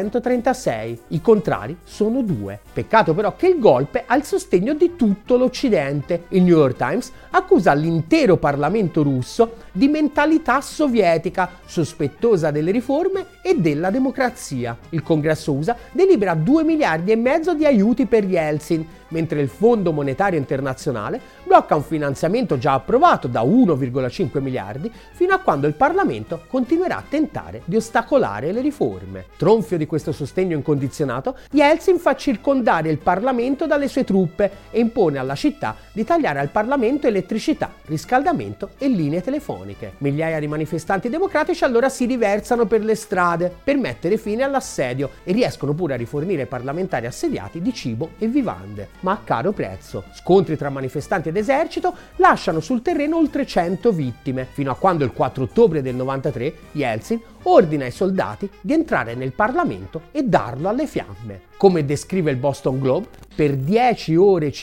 636. I contrari sono 2. Peccato però che il golpe ha il sostegno di tutto l'Occidente. Il New York Times accusa l'intero Parlamento russo di mentalità sovietica, sospettosa delle riforme e della democrazia. Il Congresso USA delibera 2,5 miliardi di aiuti per Yeltsin, mentre il Fondo Monetario Internazionale blocca un finanziamento già approvato da 1,5 miliardi fino a quando il Parlamento continuerà a tentare di ostacolare le riforme. Tronfio di questo sostegno incondizionato, Yeltsin fa circondare il Parlamento dalle sue truppe e impone alla città di tagliare al Parlamento elettricità, riscaldamento e linee telefoniche. Migliaia di manifestanti democratici allora si riversano per le strade per mettere fine all'assedio e riescono pure a rifornire ai parlamentari assediati di cibo e vivande, ma a caro prezzo. Scontri tra manifestanti ed esercito lasciano sul terreno oltre 100 vittime, fino a quando il 4 ottobre del 93 Yeltsin ordina ai soldati di entrare nel Parlamento e darlo alle fiamme. Come descrive il Boston Globe, per 10 ore circa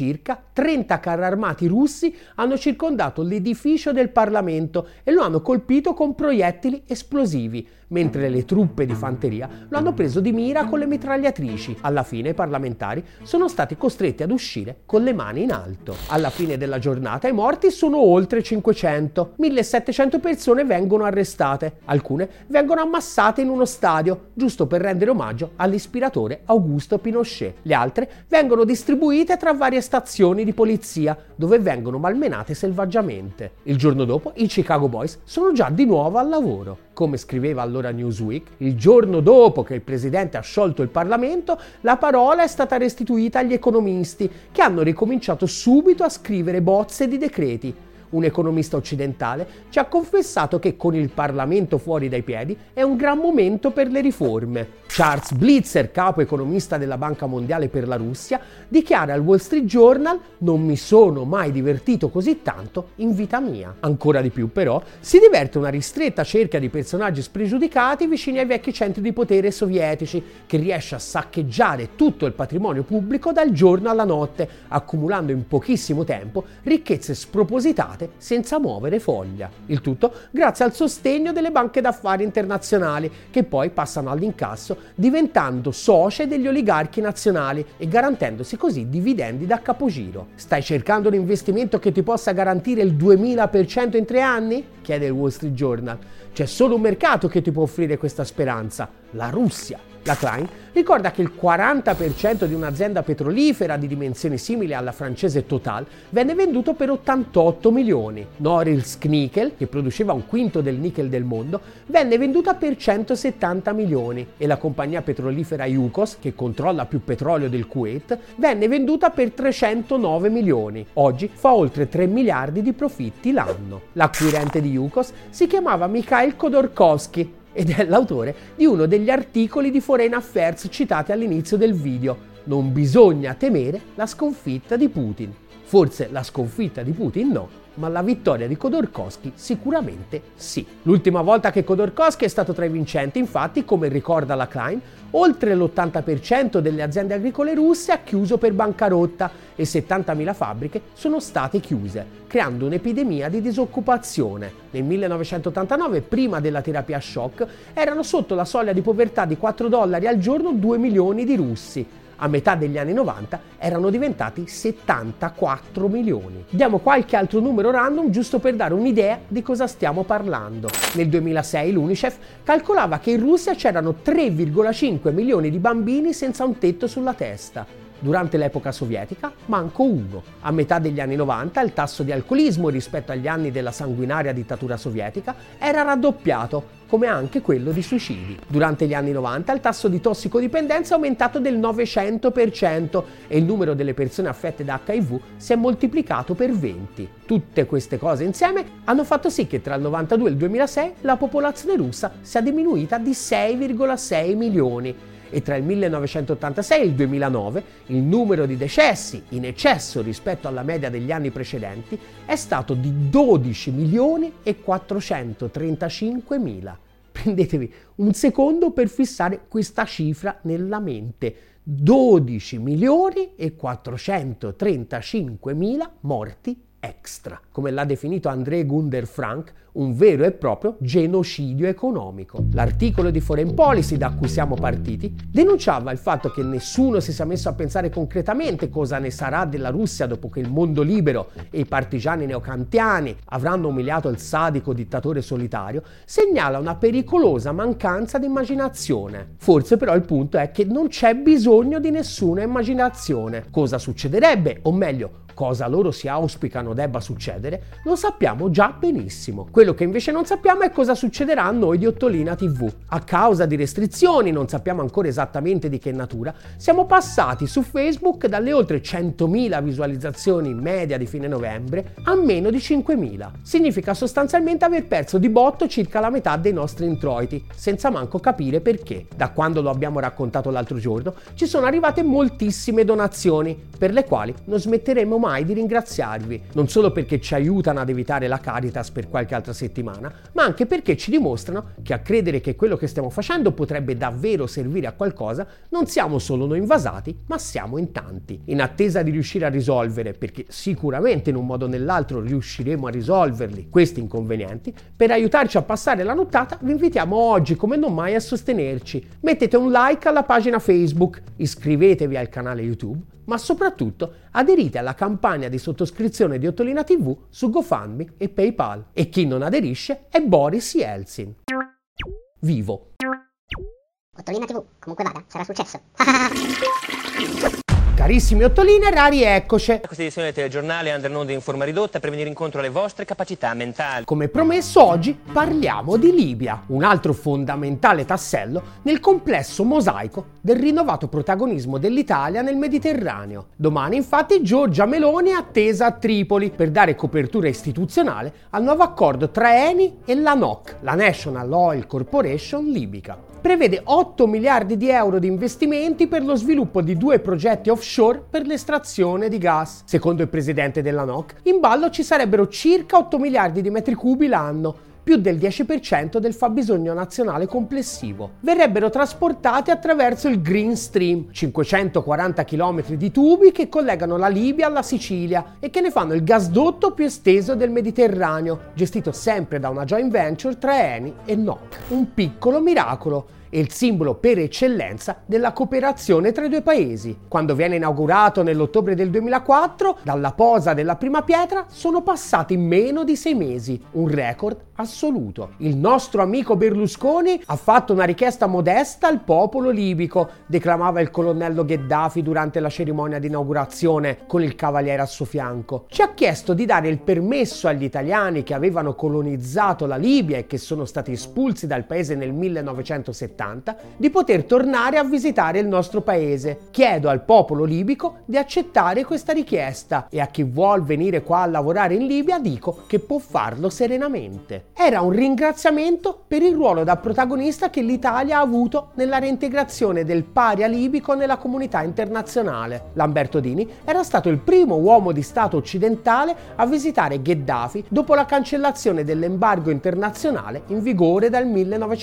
30 carri armati russi hanno circondato l'edificio del Parlamento e lo hanno colpito con proiettili esplosivi, mentre le truppe di fanteria lo hanno preso di mira con le mitragliatrici. Alla fine i parlamentari sono stati costretti ad uscire con le mani in alto. Alla fine della giornata i morti sono oltre 500. 1700 persone vengono arrestate. Alcune vengono ammassate in uno stadio, giusto per rendere omaggio all'ispiratore Augusto Pinochet. Le altre vengono distribuite tra varie stazioni di polizia, dove vengono malmenate selvaggiamente. Il giorno dopo i Chicago Boys sono già di nuovo al lavoro. Come scriveva allora Newsweek, il giorno dopo che il presidente ha sciolto il Parlamento, la parola è stata restituita agli economisti, che hanno ricominciato subito a scrivere bozze di decreti. Un economista occidentale ci ha confessato che con il Parlamento fuori dai piedi è un gran momento per le riforme. Charles Blitzer, capo economista della Banca Mondiale per la Russia, dichiara al Wall Street Journal: non mi sono mai divertito così tanto in vita mia. Ancora di più però si diverte una ristretta cerchia di personaggi spregiudicati vicini ai vecchi centri di potere sovietici, che riesce a saccheggiare tutto il patrimonio pubblico dal giorno alla notte, accumulando in pochissimo tempo ricchezze spropositate senza muovere foglia. Il tutto grazie al sostegno delle banche d'affari internazionali, che poi passano all'incasso diventando socie degli oligarchi nazionali e garantendosi così dividendi da capogiro. Stai cercando un investimento che ti possa garantire il 2000% in 3 anni? Chiede il Wall Street Journal. C'è solo un mercato che ti può offrire questa speranza: la Russia. La Klein ricorda che il 40% di un'azienda petrolifera di dimensioni simili alla francese Total venne venduto per 88 milioni. Norilsk Nickel, che produceva un quinto del nickel del mondo, venne venduta per 170 milioni e la compagnia petrolifera Yukos, che controlla più petrolio del Kuwait, venne venduta per 309 milioni. Oggi fa oltre 3 miliardi di profitti l'anno. L'acquirente di Yukos si chiamava Mikhail Khodorkovsky ed è l'autore di uno degli articoli di Foreign Affairs citati all'inizio del video. Non bisogna temere la sconfitta di Putin. Forse la sconfitta di Putin no, ma la vittoria di Khodorkovsky sicuramente sì. L'ultima volta che Khodorkovsky è stato tra i vincenti, infatti, come ricorda la Klein, oltre l'80% delle aziende agricole russe ha chiuso per bancarotta e 70.000 fabbriche sono state chiuse, creando un'epidemia di disoccupazione. Nel 1989, prima della terapia shock, erano sotto la soglia di povertà di $4 al giorno 2 milioni di russi. A metà degli anni 90 erano diventati 74 milioni. Diamo qualche altro numero random giusto per dare un'idea di cosa stiamo parlando. Nel 2006 l'UNICEF calcolava che in Russia c'erano 3,5 milioni di bambini senza un tetto sulla testa. Durante l'epoca sovietica manco uno. A metà degli anni 90 il tasso di alcolismo rispetto agli anni della sanguinaria dittatura sovietica era raddoppiato, come anche quello di suicidi. Durante gli anni 90 il tasso di tossicodipendenza è aumentato del 900% e il numero delle persone affette da HIV si è moltiplicato per 20. Tutte queste cose insieme hanno fatto sì che tra il 92 e il 2006 la popolazione russa sia diminuita di 6,6 milioni. E tra il 1986 e il 2009 il numero di decessi in eccesso rispetto alla media degli anni precedenti è stato di 12 milioni e 435 mila. Prendetevi un secondo per fissare questa cifra nella mente. 12 milioni e 435 mila morti extra, come l'ha definito André Gunder Frank, un vero e proprio genocidio economico. L'articolo di Foreign Policy da cui siamo partiti denunciava il fatto che nessuno si sia messo a pensare concretamente cosa ne sarà della Russia dopo che il mondo libero e i partigiani neocantiani avranno umiliato il sadico dittatore solitario, segnala una pericolosa mancanza di immaginazione. Forse però il punto è che non c'è bisogno di nessuna immaginazione. Cosa succederebbe, o meglio, cosa loro si auspicano debba succedere, lo sappiamo già benissimo. Quello che invece non sappiamo è cosa succederà a noi di Ottolina TV. A causa di restrizioni, non sappiamo ancora esattamente di che natura, siamo passati su Facebook dalle oltre 100.000 visualizzazioni in media di fine novembre a meno di 5.000. Significa sostanzialmente aver perso di botto circa la metà dei nostri introiti, senza manco capire perché. Da quando lo abbiamo raccontato l'altro giorno, ci sono arrivate moltissime donazioni, per le quali non smetteremo mai mai di ringraziarvi, non solo perché ci aiutano ad evitare la Caritas per qualche altra settimana, ma anche perché ci dimostrano che a credere che quello che stiamo facendo potrebbe davvero servire a qualcosa non siamo solo noi invasati, ma siamo in tanti. In attesa di riuscire a risolvere, perché sicuramente in un modo o nell'altro riusciremo a risolverli, questi inconvenienti, per aiutarci a passare la nottata vi invitiamo oggi come non mai a sostenerci. Mettete un like alla pagina Facebook, iscrivetevi al canale YouTube, ma soprattutto aderite alla campagna di sottoscrizione di Ottolina TV su GoFundMe e PayPal. E chi non aderisce è Boris Yeltsin. Vivo! Ottolina TV, comunque vada, sarà successo. Carissimi Ottolini e rari, eccoci! Questa edizione del telegiornale andrà in onda in forma ridotta per venire incontro alle vostre capacità mentali. Come promesso, oggi parliamo di Libia, un altro fondamentale tassello nel complesso mosaico del rinnovato protagonismo dell'Italia nel Mediterraneo. Domani, infatti, Giorgia Meloni è attesa a Tripoli per dare copertura istituzionale al nuovo accordo tra Eni e la NOC, la National Oil Corporation libica. Prevede 8 miliardi di euro di investimenti per lo sviluppo di 2 progetti offshore per l'estrazione di gas. Secondo il presidente della NOC, in ballo ci sarebbero circa 8 miliardi di metri cubi l'anno, più del 10% del fabbisogno nazionale complessivo. Verrebbero trasportati attraverso il Green Stream, 540 km di tubi che collegano la Libia alla Sicilia e che ne fanno il gasdotto più esteso del Mediterraneo, gestito sempre da una joint venture tra Eni e NOC. Un piccolo miracolo e il simbolo per eccellenza della cooperazione tra i due paesi. Quando viene inaugurato nell'ottobre del 2004, dalla posa della prima pietra sono passati meno di 6 mesi, un record assoluto. Il nostro amico Berlusconi ha fatto una richiesta modesta al popolo libico, declamava il colonnello Gheddafi durante la cerimonia di inaugurazione con il cavaliere al suo fianco. Ci ha chiesto di dare il permesso agli italiani che avevano colonizzato la Libia e che sono stati espulsi dal paese nel 1970 di poter tornare a visitare il nostro paese. Chiedo al popolo libico di accettare questa richiesta e a chi vuol venire qua a lavorare in Libia dico che può farlo serenamente. Era un ringraziamento per il ruolo da protagonista che l'Italia ha avuto nella reintegrazione del paria libico nella comunità internazionale. Lamberto Dini era stato il primo uomo di Stato occidentale a visitare Gheddafi dopo la cancellazione dell'embargo internazionale in vigore dal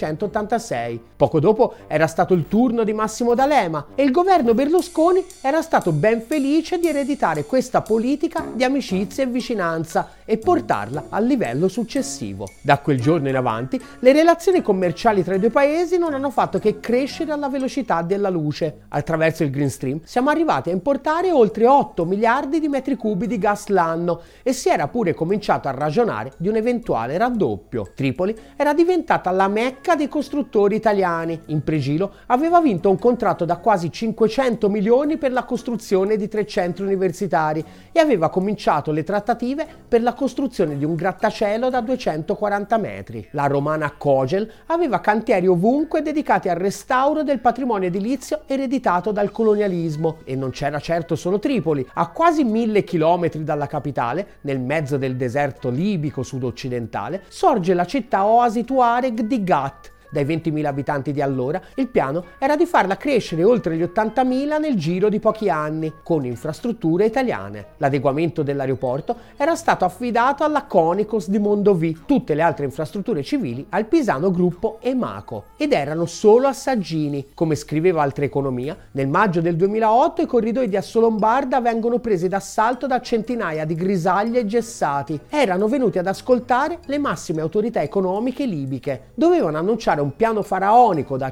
1986. Poco dopo era stato il turno di Massimo D'Alema e il governo Berlusconi era stato ben felice di ereditare questa politica di amicizia e vicinanza e portarla al livello successivo. Da quel giorno in avanti le relazioni commerciali tra i due paesi non hanno fatto che crescere alla velocità della luce. Attraverso il Green Stream siamo arrivati a importare oltre 8 miliardi di metri cubi di gas l'anno e si era pure cominciato a ragionare di un eventuale raddoppio. Tripoli era diventata la mecca dei costruttori italiani. In pregilo aveva vinto un contratto da quasi 500 milioni per la costruzione di 3 centri universitari e aveva cominciato le trattative per la costruzione di un grattacielo da 240 metri. La romana Kogel aveva cantieri ovunque dedicati al restauro del patrimonio edilizio ereditato dal colonialismo e non c'era certo solo Tripoli. A quasi 1000 chilometri dalla capitale, nel mezzo del deserto libico sud-occidentale, sorge la città oasi Tuareg di Gat. Dai 20.000 abitanti di allora, il piano era di farla crescere oltre gli 80.000 nel giro di pochi anni, con infrastrutture italiane. L'adeguamento dell'aeroporto era stato affidato alla Conicos di Mondovì, tutte le altre infrastrutture civili al pisano gruppo Emaco, ed erano solo assaggini. Come scriveva Altra Economia, nel maggio del 2008 i corridoi di Assolombarda vengono presi d'assalto da centinaia di grisagli e gessati. Erano venuti ad ascoltare le massime autorità economiche libiche. Dovevano annunciare un piano faraonico da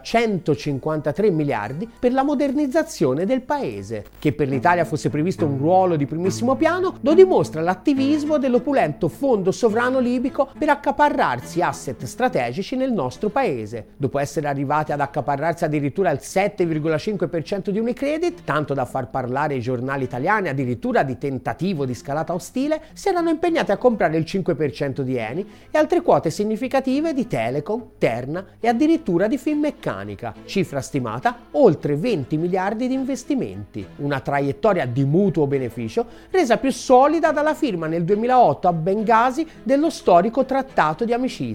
153 miliardi per la modernizzazione del paese. Che per l'Italia fosse previsto un ruolo di primissimo piano lo dimostra l'attivismo dell'opulento fondo sovrano libico per accaparrarsi asset strategici nel nostro paese. Dopo essere arrivati ad accaparrarsi addirittura il 7,5% di Unicredit, tanto da far parlare i giornali italiani addirittura di tentativo di scalata ostile, si erano impegnati a comprare il 5% di Eni e altre quote significative di Telecom, Terna e addirittura di Finmeccanica, cifra stimata oltre 20 miliardi di investimenti. Una traiettoria di mutuo beneficio resa più solida dalla firma nel 2008 a Bengasi dello storico trattato di amicizia.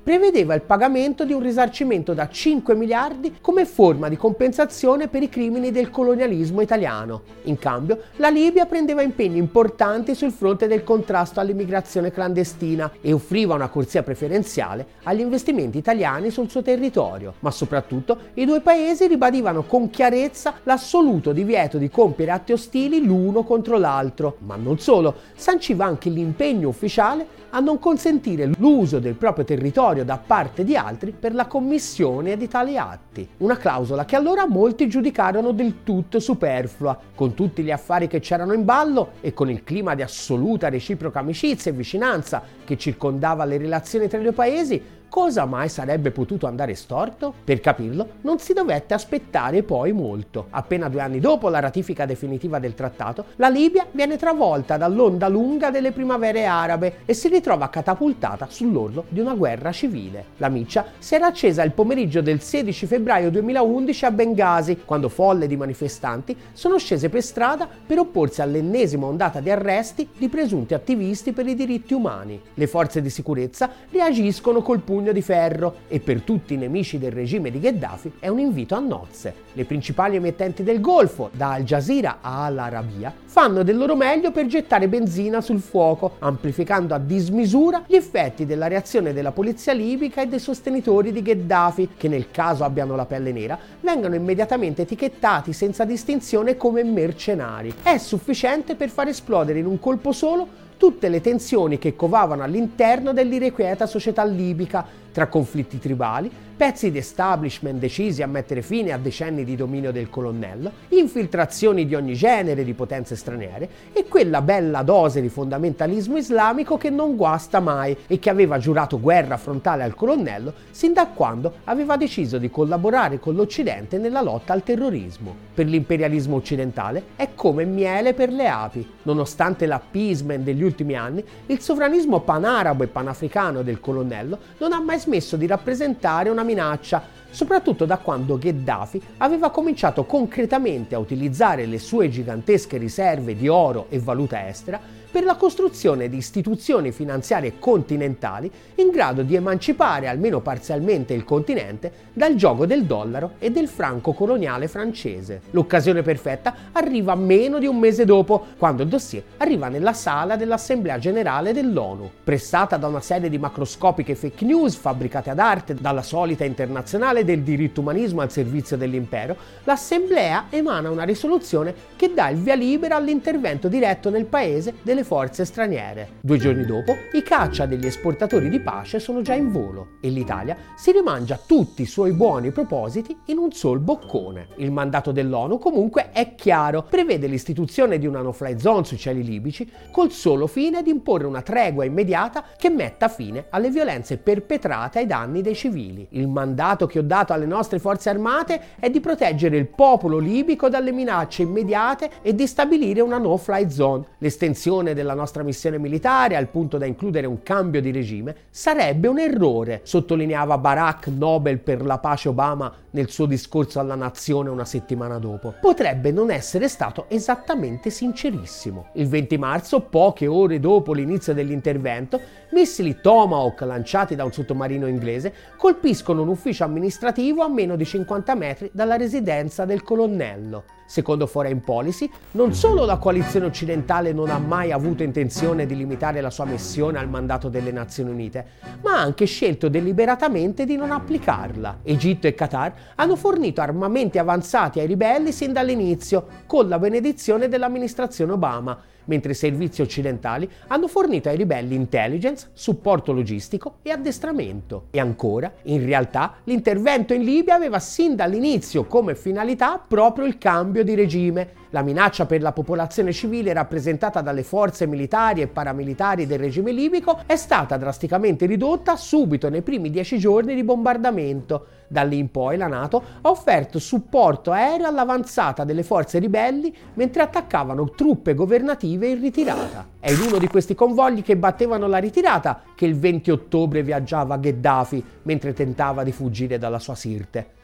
prevedeva il pagamento di un risarcimento da 5 miliardi come forma di compensazione per i crimini del colonialismo italiano. In cambio, la Libia prendeva impegni importanti sul fronte del contrasto all'immigrazione clandestina e offriva una corsia preferenziale agli investimenti italiani sul suo territorio. Ma soprattutto, i due paesi ribadivano con chiarezza l'assoluto divieto di compiere atti ostili l'uno contro l'altro. Ma non solo, sanciva anche l'impegno ufficiale a non consentire l'uso del proprio territorio da parte di altri per la commissione di tali atti. Una clausola che allora molti giudicarono del tutto superflua. Con tutti gli affari che c'erano in ballo e con il clima di assoluta reciproca amicizia e vicinanza che circondava le relazioni tra i due paesi, cosa mai sarebbe potuto andare storto? Per capirlo, non si dovette aspettare poi molto. Appena 2 anni dopo la ratifica definitiva del trattato, la Libia viene travolta dall'onda lunga delle primavere arabe e si ritrova catapultata sull'orlo di una guerra civile. La miccia si era accesa il pomeriggio del 16 febbraio 2011 a Bengasi, quando folle di manifestanti sono scese per strada per opporsi all'ennesima ondata di arresti di presunti attivisti per i diritti umani. Le forze di sicurezza reagiscono col pugno di ferro e per tutti i nemici del regime di Gheddafi è un invito a nozze. Le principali emittenti del Golfo, da Al Jazeera a Al Arabiya, fanno del loro meglio per gettare benzina sul fuoco, amplificando a dismisura gli effetti della reazione della polizia libica e dei sostenitori di Gheddafi, che nel caso abbiano la pelle nera, vengono immediatamente etichettati senza distinzione come mercenari. È sufficiente per far esplodere in un colpo solo tutte le tensioni che covavano all'interno dell'irrequieta società libica, tra conflitti tribali, pezzi di establishment decisi a mettere fine a decenni di dominio del colonnello, infiltrazioni di ogni genere di potenze straniere e quella bella dose di fondamentalismo islamico che non guasta mai e che aveva giurato guerra frontale al colonnello sin da quando aveva deciso di collaborare con l'Occidente nella lotta al terrorismo. Per l'imperialismo occidentale è come miele per le api. Nonostante l'appeasement degli ultimi anni, il sovranismo panarabo e panafricano del colonnello non ha mai smesso di rappresentare una minaccia, soprattutto da quando Gheddafi aveva cominciato concretamente a utilizzare le sue gigantesche riserve di oro e valuta estera per la costruzione di istituzioni finanziarie continentali in grado di emancipare almeno parzialmente il continente dal giogo del dollaro e del franco coloniale francese. L'occasione perfetta arriva meno di un mese dopo, quando il dossier arriva nella sala dell'Assemblea Generale dell'ONU. Pressata da una serie di macroscopiche fake news fabbricate ad arte dalla solita internazionale del diritto umanismo al servizio dell'impero, l'Assemblea emana una risoluzione che dà il via libera all'intervento diretto nel paese delle forze straniere. 2 giorni dopo, i caccia degli esportatori di pace sono già in volo e l'Italia si rimangia tutti i suoi buoni propositi in un sol boccone. Il mandato dell'ONU comunque è chiaro, prevede l'istituzione di una no-fly zone sui cieli libici col solo fine di imporre una tregua immediata che metta fine alle violenze perpetrate ai danni dei civili. Il mandato che ho dato alle nostre forze armate è di proteggere il popolo libico dalle minacce immediate e di stabilire una no-fly zone. L'estensione della nostra missione militare al punto da includere un cambio di regime sarebbe un errore, sottolineava Barack Nobel per la pace Obama nel suo discorso alla nazione una settimana dopo. Potrebbe non essere stato esattamente sincerissimo. Il 20 marzo, poche ore dopo l'inizio dell'intervento, missili Tomahawk lanciati da un sottomarino inglese colpiscono un ufficio amministrativo a meno di 50 metri dalla residenza del colonnello. Secondo Foreign Policy, non solo la coalizione occidentale non ha mai avuto intenzione di limitare la sua missione al mandato delle Nazioni Unite, ma ha anche scelto deliberatamente di non applicarla. Egitto e Qatar hanno fornito armamenti avanzati ai ribelli sin dall'inizio, con la benedizione dell'amministrazione Obama, mentre i servizi occidentali hanno fornito ai ribelli intelligence, supporto logistico e addestramento. E ancora, in realtà, l'intervento in Libia aveva sin dall'inizio come finalità proprio il cambio di regime. La minaccia per la popolazione civile rappresentata dalle forze militari e paramilitari del regime libico è stata drasticamente ridotta subito nei primi 10 giorni di bombardamento. Da lì in poi la NATO ha offerto supporto aereo all'avanzata delle forze ribelli mentre attaccavano truppe governative in ritirata. È in uno di questi convogli che battevano la ritirata che il 20 ottobre viaggiava Gheddafi mentre tentava di fuggire dalla sua Sirte.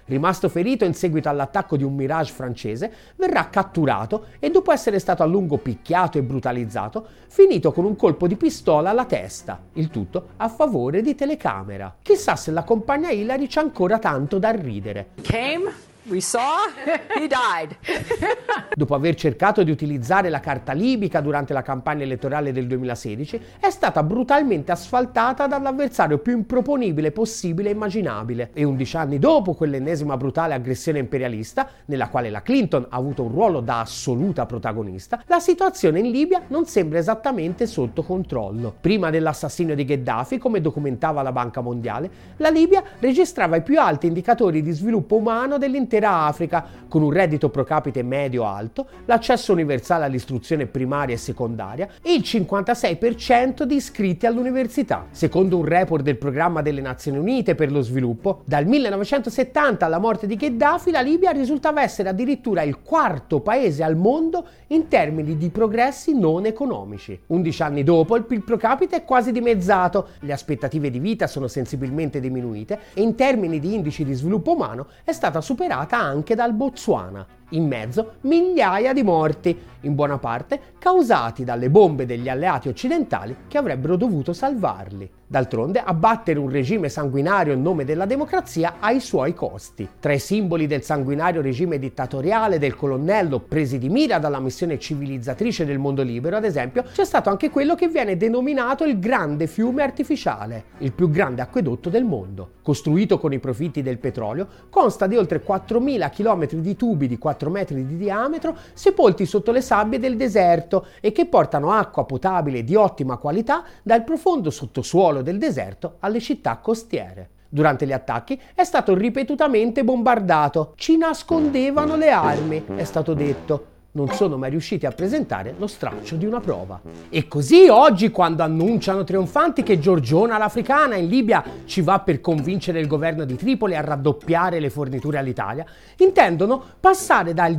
Rimasto ferito in seguito all'attacco di un Mirage francese, verrà catturato e dopo essere stato a lungo picchiato e brutalizzato, finito con un colpo di pistola alla testa, il tutto a favore di telecamera. Chissà se la compagna Hillary c'ha ancora tanto da ridere. We saw, he died. Dopo aver cercato di utilizzare la carta libica durante la campagna elettorale del 2016, è stata brutalmente asfaltata dall'avversario più improponibile possibile e immaginabile. E 11 anni dopo quell'ennesima brutale aggressione imperialista, nella quale la Clinton ha avuto un ruolo da assoluta protagonista, la situazione in Libia non sembra esattamente sotto controllo. Prima dell'assassinio di Gheddafi, come documentava la Banca Mondiale, la Libia registrava i più alti indicatori di sviluppo umano dell'intera Africa, con un reddito pro capite medio-alto, l'accesso universale all'istruzione primaria e secondaria e il 56% di iscritti all'università. Secondo un report del Programma delle Nazioni Unite per lo sviluppo, dal 1970 alla morte di Gheddafi, la Libia risultava essere addirittura il quarto paese al mondo in termini di progressi non economici. 11 anni dopo, il PIL pro capite è quasi dimezzato, le aspettative di vita sono sensibilmente diminuite e in termini di indici di sviluppo umano è stata superata anche dal Botswana. In mezzo migliaia di morti, in buona parte causati dalle bombe degli alleati occidentali che avrebbero dovuto salvarli. D'altronde, abbattere un regime sanguinario in nome della democrazia ha i suoi costi. Tra i simboli del sanguinario regime dittatoriale del colonnello presi di mira dalla missione civilizzatrice del mondo libero, ad esempio, c'è stato anche quello che viene denominato il grande fiume artificiale, il più grande acquedotto del mondo. Costruito con i profitti del petrolio, consta di oltre 4.000 km di tubi di 4 metri di diametro sepolti sotto le sabbie del deserto e che portano acqua potabile di ottima qualità dal profondo sottosuolo del deserto alle città costiere. Durante gli attacchi è stato ripetutamente bombardato. Ci nascondevano le armi, è stato detto. Non sono mai riusciti a presentare lo straccio di una prova. E così oggi, quando annunciano trionfanti che Giorgiona l'Africana in Libia ci va per convincere il governo di Tripoli a raddoppiare le forniture all'Italia, intendono passare dai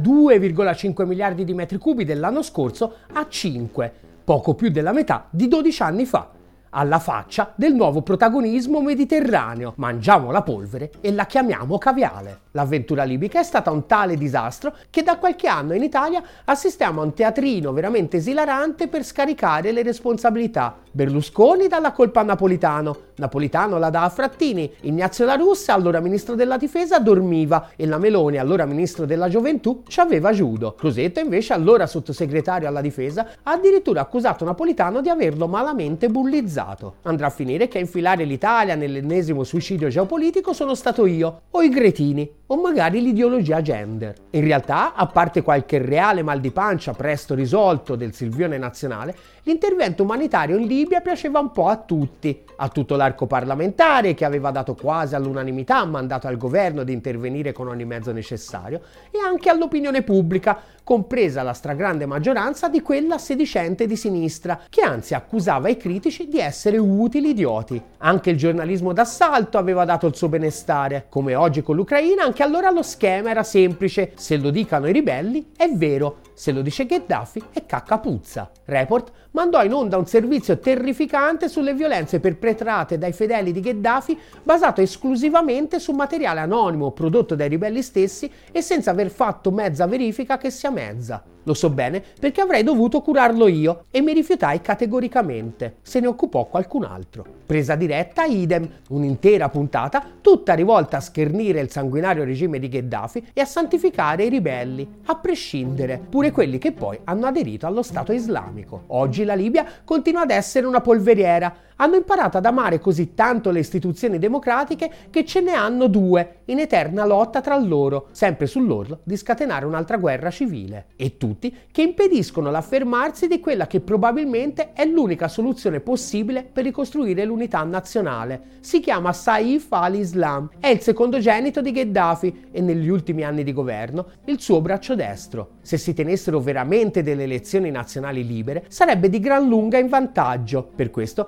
2,5 miliardi di metri cubi dell'anno scorso a 5, poco più della metà di 12 anni fa. Alla faccia del nuovo protagonismo mediterraneo. Mangiamo la polvere e la chiamiamo caviale. L'avventura libica è stata un tale disastro che da qualche anno in Italia assistiamo a un teatrino veramente esilarante per scaricare le responsabilità. Berlusconi dà la colpa a Napolitano, Napolitano la dà a Frattini, Ignazio La Russa, allora ministro della difesa, dormiva e la Meloni, allora ministro della gioventù, ci aveva judo. Crosetto invece, allora sottosegretario alla difesa, ha addirittura accusato Napolitano di averlo malamente bullizzato. Andrà a finire che a infilare l'Italia nell'ennesimo suicidio geopolitico sono stato io, o i Gretini, o magari l'ideologia gender. In realtà, a parte qualche reale mal di pancia presto risolto del Silvione nazionale, l'intervento umanitario in Libia piaceva un po' a tutti, a tutto l'arco parlamentare che aveva dato quasi all'unanimità mandato al governo di intervenire con ogni mezzo necessario e anche all'opinione pubblica, compresa la stragrande maggioranza di quella sedicente di sinistra, che anzi accusava i critici di essere utili idioti. Anche il giornalismo d'assalto aveva dato il suo benestare. Come oggi con l'Ucraina, anche allora lo schema era semplice: se lo dicano i ribelli è vero, se lo dice Gheddafi è caccapuzza. Report mandò in onda un servizio terrificante sulle violenze perpetrate dai fedeli di Gheddafi, basato esclusivamente su materiale anonimo prodotto dai ribelli stessi e senza aver fatto mezza verifica che sia mezza. Lo so bene perché avrei dovuto curarlo io e mi rifiutai categoricamente. Se ne occupò qualcun altro. Presa diretta, idem, un'intera puntata tutta rivolta a schernire il sanguinario regime di Gheddafi e a santificare i ribelli, a prescindere, pure quelli che poi hanno aderito allo Stato islamico. Oggi la Libia continua ad essere una polveriera. Hanno imparato ad amare così tanto le istituzioni democratiche che ce ne hanno due, in eterna lotta tra loro, sempre sull'orlo di scatenare un'altra guerra civile. E tutti che impediscono l'affermarsi di quella che probabilmente è l'unica soluzione possibile per ricostruire l'unità nazionale. Si chiama Saif al-Islam, è il secondogenito di Gheddafi e negli ultimi anni di governo il suo braccio destro. Se si tenessero veramente delle elezioni nazionali libere, sarebbe di gran lunga in vantaggio. Per questo hanno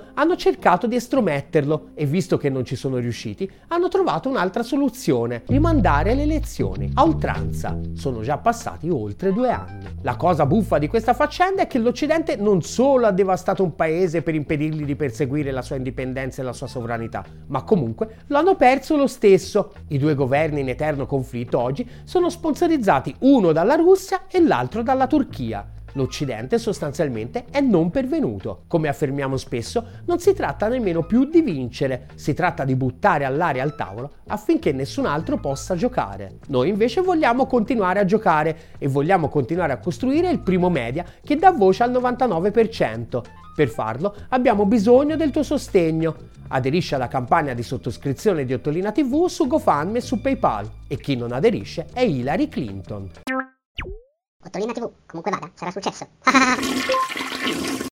cercato di estrometterlo e visto che non ci sono riusciti, hanno trovato un'altra soluzione: rimandare le elezioni a oltranza. Sono già passati oltre 2 anni. La cosa buffa di questa faccenda è che l'Occidente non solo ha devastato un paese per impedirgli di perseguire la sua indipendenza e la sua sovranità, ma comunque lo hanno perso lo stesso. I 2 governi in eterno conflitto oggi sono sponsorizzati uno dalla Russia e l'altro dalla Turchia. L'Occidente sostanzialmente è non pervenuto. Come affermiamo spesso, non si tratta nemmeno più di vincere, si tratta di buttare all'aria al tavolo affinché nessun altro possa giocare. Noi invece vogliamo continuare a giocare e vogliamo continuare a costruire il primo media che dà voce al 99%. Per farlo abbiamo bisogno del tuo sostegno. Aderisci alla campagna di sottoscrizione di Ottolina TV su GoFundMe e su PayPal. E chi non aderisce è Hillary Clinton. Ottolina TV, comunque vada, sarà successo.